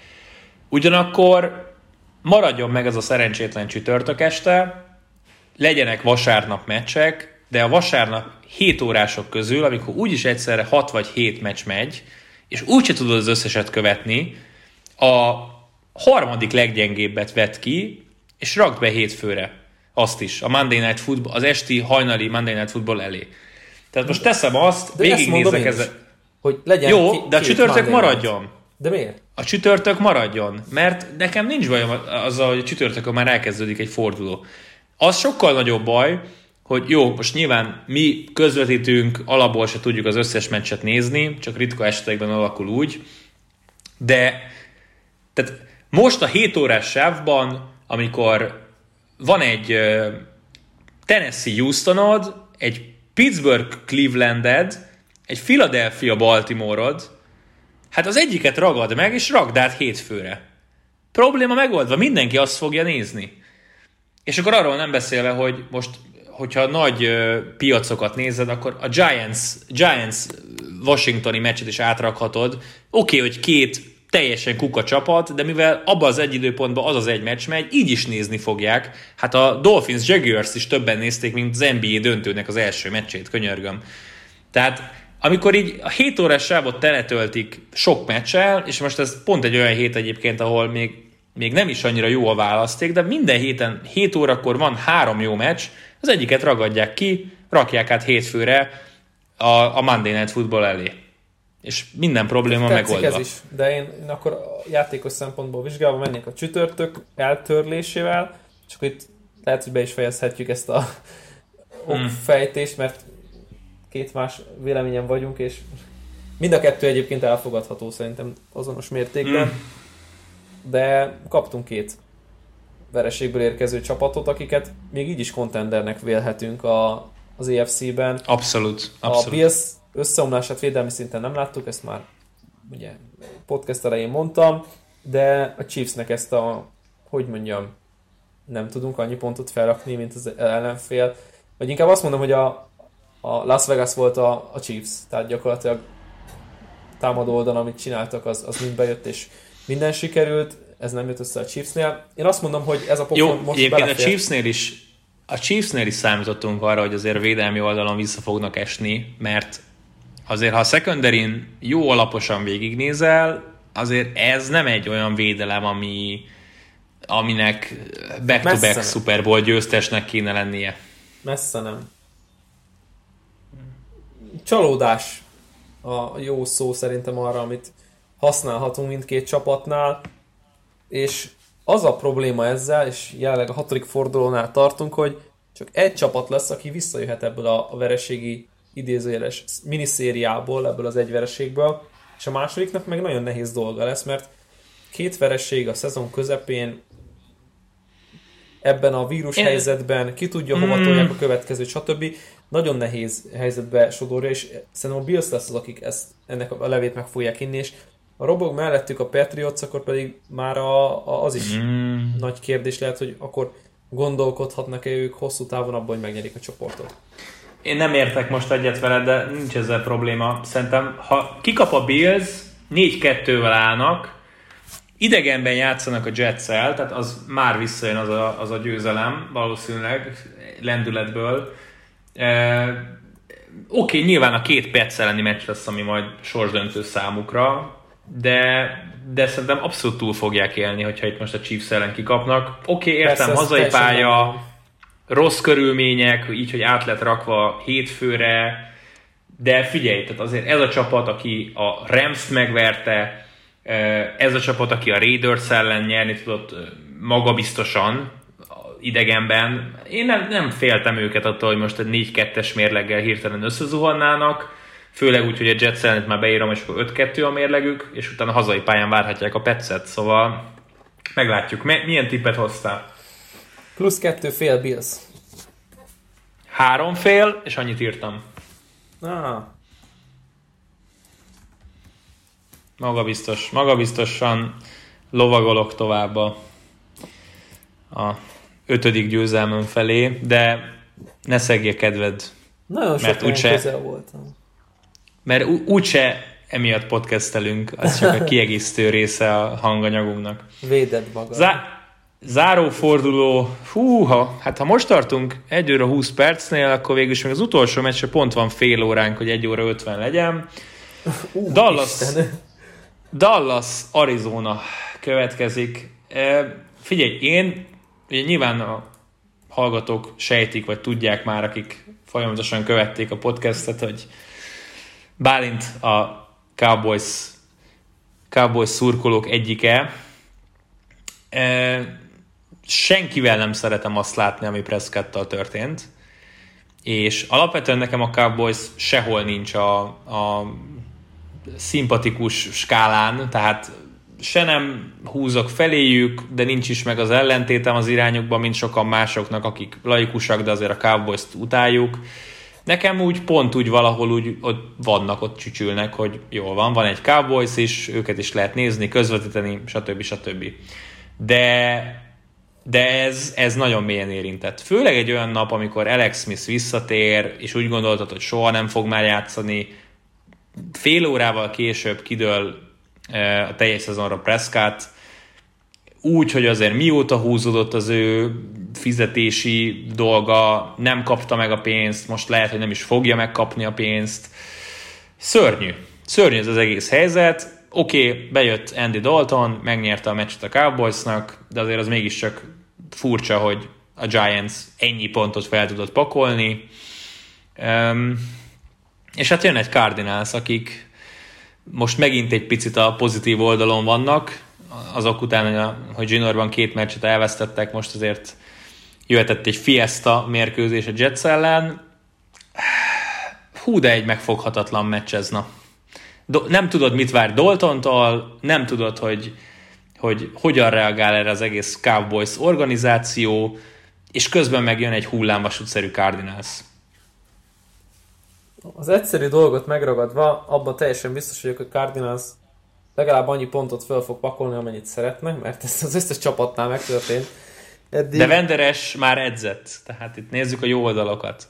Ugyanakkor maradjon meg ez a szerencsétlen csütörtök este, legyenek vasárnap meccsek, de a vasárnap 7 órások közül, amikor úgyis egyszerre 6 vagy 7 meccs megy, és úgyse tudod az összeset követni, a harmadik leggyengébbet vett ki, és rakd be hétfőre azt is, a Monday Night Football, az esti hajnali Monday Night Football elé. Tehát most teszem azt, végignézek ezzel. Hogy legyen jó, de a csütörtök maradjon. De miért? A csütörtök maradjon, mert nekem nincs bajom azzal, hogy a csütörtökön már elkezdődik egy forduló. Az sokkal nagyobb baj, hogy jó, most nyilván mi közvetítünk, alapból se tudjuk az összes meccset nézni, csak ritka esetekben alakul úgy, de tehát most a 7 órás sávban, amikor van egy Tennessee Houstonod, egy Pittsburgh Clevelanded, egy Philadelphia Baltimore-od, hát az egyiket ragad meg, és ragd át hétfőre. Probléma megoldva, mindenki azt fogja nézni. És akkor arról nem beszélve, hogy most, hogyha nagy piacokat nézed, akkor a Giants Washingtoni meccset is átrakhatod. Oké, hogy két teljesen kuka csapat, de mivel abban az egy időpontban az egy meccs megy, így is nézni fogják. Hát a Dolphins Jaguars is többen nézték, mint az NBA döntőnek az első meccsét, könyörgöm. Tehát amikor így a 7 órás sávot teletöltik sok meccsel, és most ez pont egy olyan hét egyébként, ahol még nem is annyira jó a választék, de minden héten 7 órakor van 3 jó meccs, az egyiket ragadják ki, rakják át hétfőre a Monday Night Football elé. És minden probléma megoldva. Ez is, de én akkor a játékos szempontból vizsgálva mennék a csütörtök eltörlésével, és akkor itt lehet, hogy be is fejezhetjük ezt a okfejtést, mert két más véleményen vagyunk, és mind a kettő egyébként elfogadható szerintem azonos mértékben, de kaptunk 2 vereségből érkező csapatot, akiket még így is contendernek vélhetünk az AFC-ben. Abszolút. A Bills összeomlását védelmi szinten nem láttuk, ezt már ugye podcast elején mondtam, de a Chiefsnek ezt nem tudunk annyi pontot felrakni, mint az ellenfél. Vagy inkább azt mondom, hogy a Las Vegas volt a Chiefs, tehát gyakorlatilag támadó oldalon, amit csináltak, az mind bejött, és minden sikerült, ez nem jött össze a Chiefsnél. Én azt mondom, hogy ez a pofon most belefér. A Chiefsnél is számítottunk arra, hogy azért védelmi oldalon vissza fognak esni, mert azért, ha a secondaryn jó alaposan végignézel, azért ez nem egy olyan védelem, aminek back-to-back Super Bowl győztesnek kéne lennie. Messze nem. Csalódás a jó szó szerintem arra, amit használhatunk mindkét csapatnál, és az a probléma ezzel, és jelenleg a 6. fordulónál tartunk, hogy csak egy csapat lesz, aki visszajöhet ebből a vereségi idézőjeles miniszériából, ebből az egy vereségből, és a másodiknak meg nagyon nehéz dolga lesz, mert 2 vereség a szezon közepén, ebben a vírus helyzetben, ki tudja, hova tolják a következőt, stb. Nagyon nehéz helyzetbe sodorja, és szerintem a Bills lesz az, akik ennek a levét meg fogják inni, és a robog mellettük a Patriots, akkor pedig már az is nagy kérdés lehet, hogy akkor gondolkodhatnak-e ők hosszú távon abban, hogy megnyerik a csoportot. Én nem értek most egyet veled, de nincs ezzel probléma. Szerintem, ha kikap a Bills, 4-2-vel állnak, idegenben játszanak a Jets-el, tehát az már visszajön az a győzelem, valószínűleg lendületből. Oké, nyilván a 2 Pets elleni meccs lesz, ami majd sorsdöntő számukra, de szerintem abszolút túl fogják élni, hogyha itt most a Chiefs ellen kikapnak. Oké, értem, persze, hazai pálya, rossz körülmények, így, hogy át lett rakva hétfőre, de figyelj, tehát azért ez a csapat, aki a Rams-t megverte, ez a csapat, aki a Raiders ellen nyerni tudott magabiztosan idegenben. Én nem féltem őket attól, hogy most egy 4-2-es mérleggel hirtelen összezuhannának, főleg úgy, hogy a Jets ellen már beírom, és akkor 5-2 a mérlegük, és utána hazai pályán várhatják a Petset, szóval meglátjuk. Milyen tippet hoztál? +2 fél Bills. 3 fél, és annyit írtam. Magabiztosan lovagolok tovább a 5. győzelmem felé, de ne szegje kedved. Nagyon sokan közel voltam. Mert úgyse emiatt podcastelünk, az csak a kiegészítő része a hanganyagunknak. Véded magad. Záróforduló, hát ha most tartunk 1 óra 20 percnél, akkor végülis még az utolsó meccsre pont van fél óránk, hogy 1 óra 50 legyen. Dallas, Arizona következik. Figyelj, én ugye nyilván a hallgatók sejtik, vagy tudják már, akik folyamatosan követték a podcastet, hogy Bálint a Cowboys szurkolók egyike. Senkivel nem szeretem azt látni, ami Prescott-tal történt, és alapvetően nekem a Cowboys sehol nincs a szimpatikus skálán, tehát se nem húzok feléjük, de nincs is meg az ellentétem az irányukban, mint sokan másoknak, akik laikusak, de azért a Cowboys-t utáljuk. Nekem pont úgy valahol úgy ott vannak, ott csücsülnek, hogy jól van egy Cowboys is, őket is lehet nézni, közvetíteni, stb. De ez nagyon mélyen érintett. Főleg egy olyan nap, amikor Alex Smith visszatér, és úgy gondoltad, hogy soha nem fog már játszani, fél órával később kidől a teljes szezonra Prescott, úgy, hogy azért mióta húzódott az ő fizetési dolga, nem kapta meg a pénzt, most lehet, hogy nem is fogja megkapni a pénzt. Szörnyű ez az egész helyzet. Oké, bejött Andy Dalton, megnyerte a meccset a Cowboysnak, de azért az mégiscsak furcsa, hogy a Giants ennyi pontot fel tudott pakolni. És hát jön egy Cardinals, akik most megint egy picit a pozitív oldalon vannak, azok után, hogy juniorban 2 meccset elvesztettek, most azért jöhetett egy fiesta mérkőzés a Jets ellen. De egy megfoghatatlan meccs ez, na. Nem tudod, mit vár Daltontól, nem tudod, hogy hogyan reagál erre az egész Cowboys organizáció, és közben megjön egy hullámvasútszerű Cardinals. Az egyszerű dolgot megragadva, abban teljesen biztos vagyok, hogy Cardinals legalább annyi pontot föl fog pakolni, amennyit szeretne, mert ez az összes csapatnál megtörtént. Eddig... De Wenderes már edzett, tehát itt nézzük a jó oldalokat.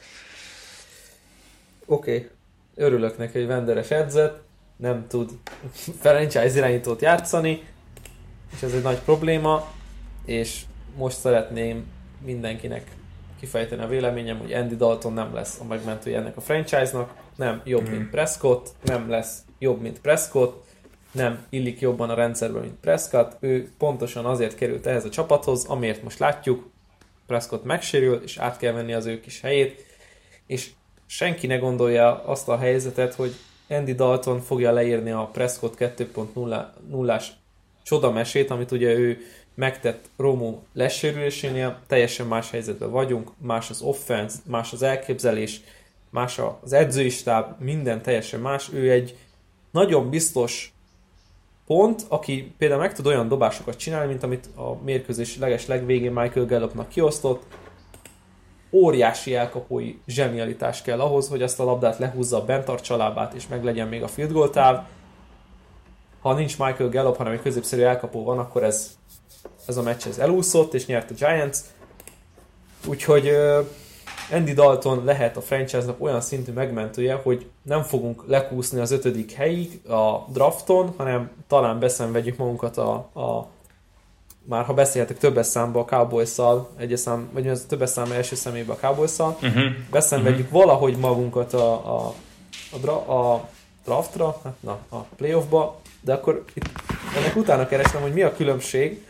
Oké. Örülök neki, hogy Wenderes edzett, nem tud franchise irányítót játszani, és ez egy nagy probléma, és most szeretném mindenkinek kifejteni a véleményem, hogy Andy Dalton nem lesz a megmentője ennek a franchise-nak, nem jobb, mint Prescott, nem lesz jobb, mint Prescott, nem illik jobban a rendszerben, mint Prescott, ő pontosan azért került ehhez a csapathoz, amiért most látjuk, Prescott megsérül, és át kell venni az ő kis helyét, és senki ne gondolja azt a helyzetet, hogy Andy Dalton fogja leírni a Prescott 2.0-ás csodamesét, amit ugye ő megtett Romo lesérülésénél, teljesen más helyzetben vagyunk, más az offense, más az elképzelés, más az edzői stáb, minden teljesen más. Ő egy nagyon biztos pont, aki például meg tud olyan dobásokat csinálni, mint amit a mérkőzés legvégén Michael Gallupnak kiosztott. Óriási elkapói zsenialitás kell ahhoz, hogy azt a labdát lehúzza, bent tartsa a lábát, és meglegyen még a field goal táv. Ha nincs Michael Gallup, hanem egy középszerű elkapó van, akkor ez a meccs elúszott, és nyert a Giants. Úgyhogy Andy Dalton lehet a franchise-nak olyan szintű megmentője, hogy nem fogunk lekúszni az 5. helyig a drafton, hanem talán beszenvedjük magunkat már ha beszélhetek többes számba a Cowboys-szal, vagy az többes szám első személyben a Cowboys-szal, beszenvedjük valahogy magunkat a draftra, a playoffba, de akkor itt ennek utána keresnem, hogy mi a különbség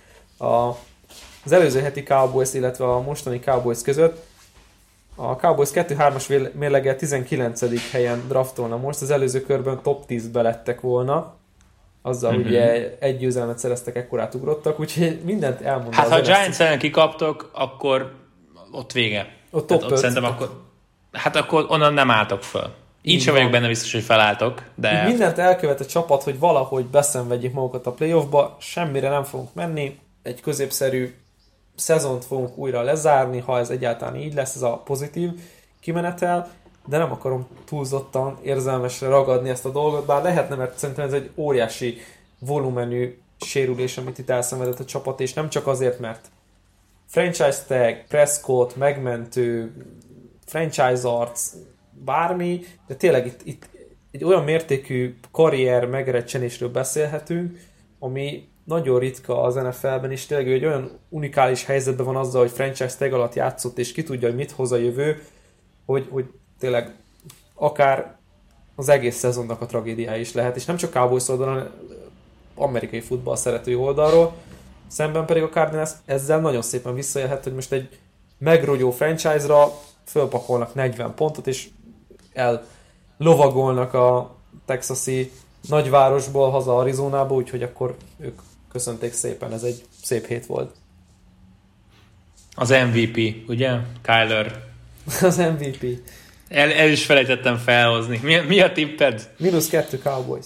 az előző heti Cowboys, illetve a mostani Cowboys között. A Cowboys 2-3-as mérleggel 19. helyen draftolna most, az előző körben top 10-be lettek volna. Azzal ugye egy győzelmet szereztek, ekkorát ugrottak, úgyhogy mindent elmondom. Hát ha a Giants ellen kikaptok, akkor ott vége. Ott top 5. Szerintem akkor onnan nem álltok föl. Így sem vagyok benne biztos, hogy felálltok. De... Mindent elkövet a csapat, hogy valahogy beszenvedjék magukat a playoffba, semmire nem fogunk menni, egy középszerű szezont fogunk újra lezárni, ha ez egyáltalán így lesz, ez a pozitív kimenetel, de nem akarom túlzottan érzelmesre ragadni ezt a dolgot, bár lehetne, mert szerintem ez egy óriási volumenű sérülés, amit itt elszenvedett a csapat, és nem csak azért, mert franchise tag, Prescott, megmentő, franchise arc, bármi, de tényleg itt egy olyan mértékű karrier megrecsenésről beszélhetünk, ami nagyon ritka az NFL-ben, és tényleg egy olyan unikális helyzetben van azzal, hogy franchise tag alatt játszott, és ki tudja, hogy mit hoz a jövő, hogy tényleg akár az egész szezonnak a tragédiája is lehet, és nem csak Cowboys oldalon, hanem amerikai futball szeretői oldalról, szemben pedig a Cardinals ezzel nagyon szépen visszaélhet, hogy most egy megrogyó franchise-ra fölpakolnak 40 pontot, és ellovagolnak a texasi nagyvárosból haza Arizonába, úgyhogy akkor ők köszönték szépen, ez egy szép hét volt. Az MVP, ugye? Kyler. Az MVP. El is felejtettem felhozni. Mi a tipped? -2 Cowboys.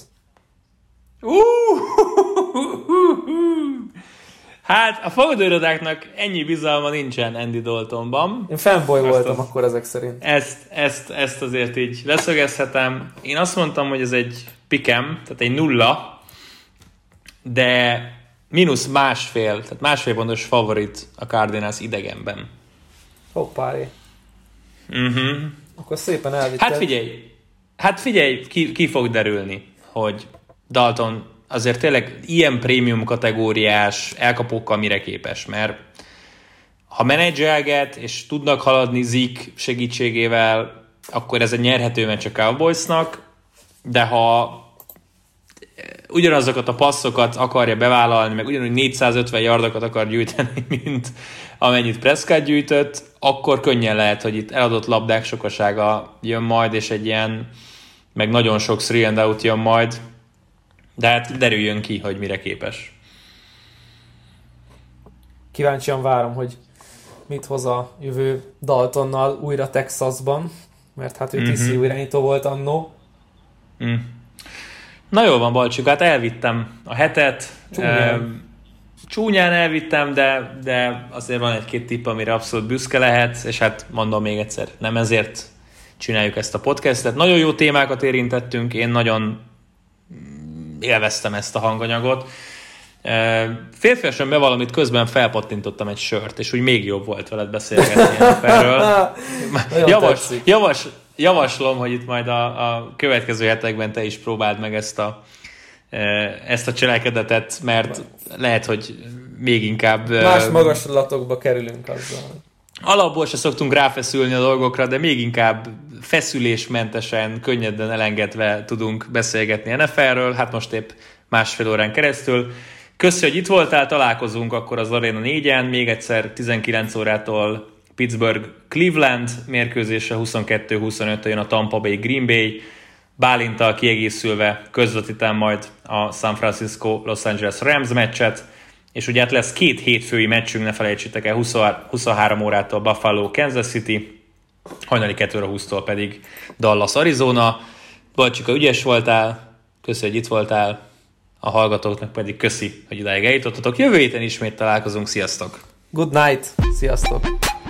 Hát a fogadóirodáknak ennyi bizalma nincsen Andy Daltonban. Én fanboy voltam akkor ezek szerint. Ezt azért így leszögezhetem. Én azt mondtam, hogy ez egy pikem, tehát egy 0, de -1,5, tehát 1,5 pontos favorit a Cardinals idegenben. Hoppáré. Akkor szépen elvitted. Hát figyelj, ki fog derülni, hogy Dalton azért tényleg ilyen prémium kategóriás elkapókkal mire képes, mert ha menedzselget és tudnak haladni Zeke segítségével, akkor ez egy nyerhető meccs a Cowboysnak, de ha ugyanazokat a passzokat akarja bevállalni, meg ugyanúgy 450 yardokat akar gyűjteni, mint amennyit Prescott gyűjtött, akkor könnyen lehet, hogy itt eladott labdák sokasága jön majd, és egy ilyen, meg nagyon sok 3 and out jön majd, de hát derüljön ki, hogy mire képes. Kíváncsian várom, hogy mit hoz a jövő Daltonnal újra Texasban, mert hát ő TCU irányító volt annó. Na jól van, Balcsik, hát elvittem a hetet. Csúnyán elvittem, de azért van egy-két tipp, amire abszolút büszke lehet, és hát mondom még egyszer, nem ezért csináljuk ezt a podcastet. Nagyon jó témákat érintettünk, én nagyon élveztem ezt a hanganyagot. Férfiasan bevallom, itt közben felpattintottam egy sört, és úgy még jobb volt veled beszélgetni erről. Javaslom, hogy itt majd a következő hetekben te is próbáld meg ezt a cselekedetet, mert lehet, hogy még inkább... Más magaslatokba kerülünk azzal. Alapból se szoktunk ráfeszülni a dolgokra, de még inkább feszülésmentesen, könnyedén elengedve tudunk beszélgetni NFL-ről, hát most épp 1,5 órán keresztül. Köszi, hogy itt voltál, találkozunk akkor az Arena 4-en, még egyszer 19 órától Pittsburgh-Cleveland mérkőzése, 22-25 jön a Tampa Bay Green Bay, Bálinttal kiegészülve közvetítem majd a San Francisco-Los Angeles Rams meccset, és ugye hát lesz 2 hétfői meccsünk, ne felejtsétek el, 23 órától Buffalo-Kansas City, hajnali 2:20-tól pedig Dallas-Arizona. Balcsika, ügyes voltál, köszi, hogy itt voltál, a hallgatóknak pedig köszi, hogy idáig eljutottatok. Jövő héten ismét találkozunk, sziasztok! Good night, sziasztok!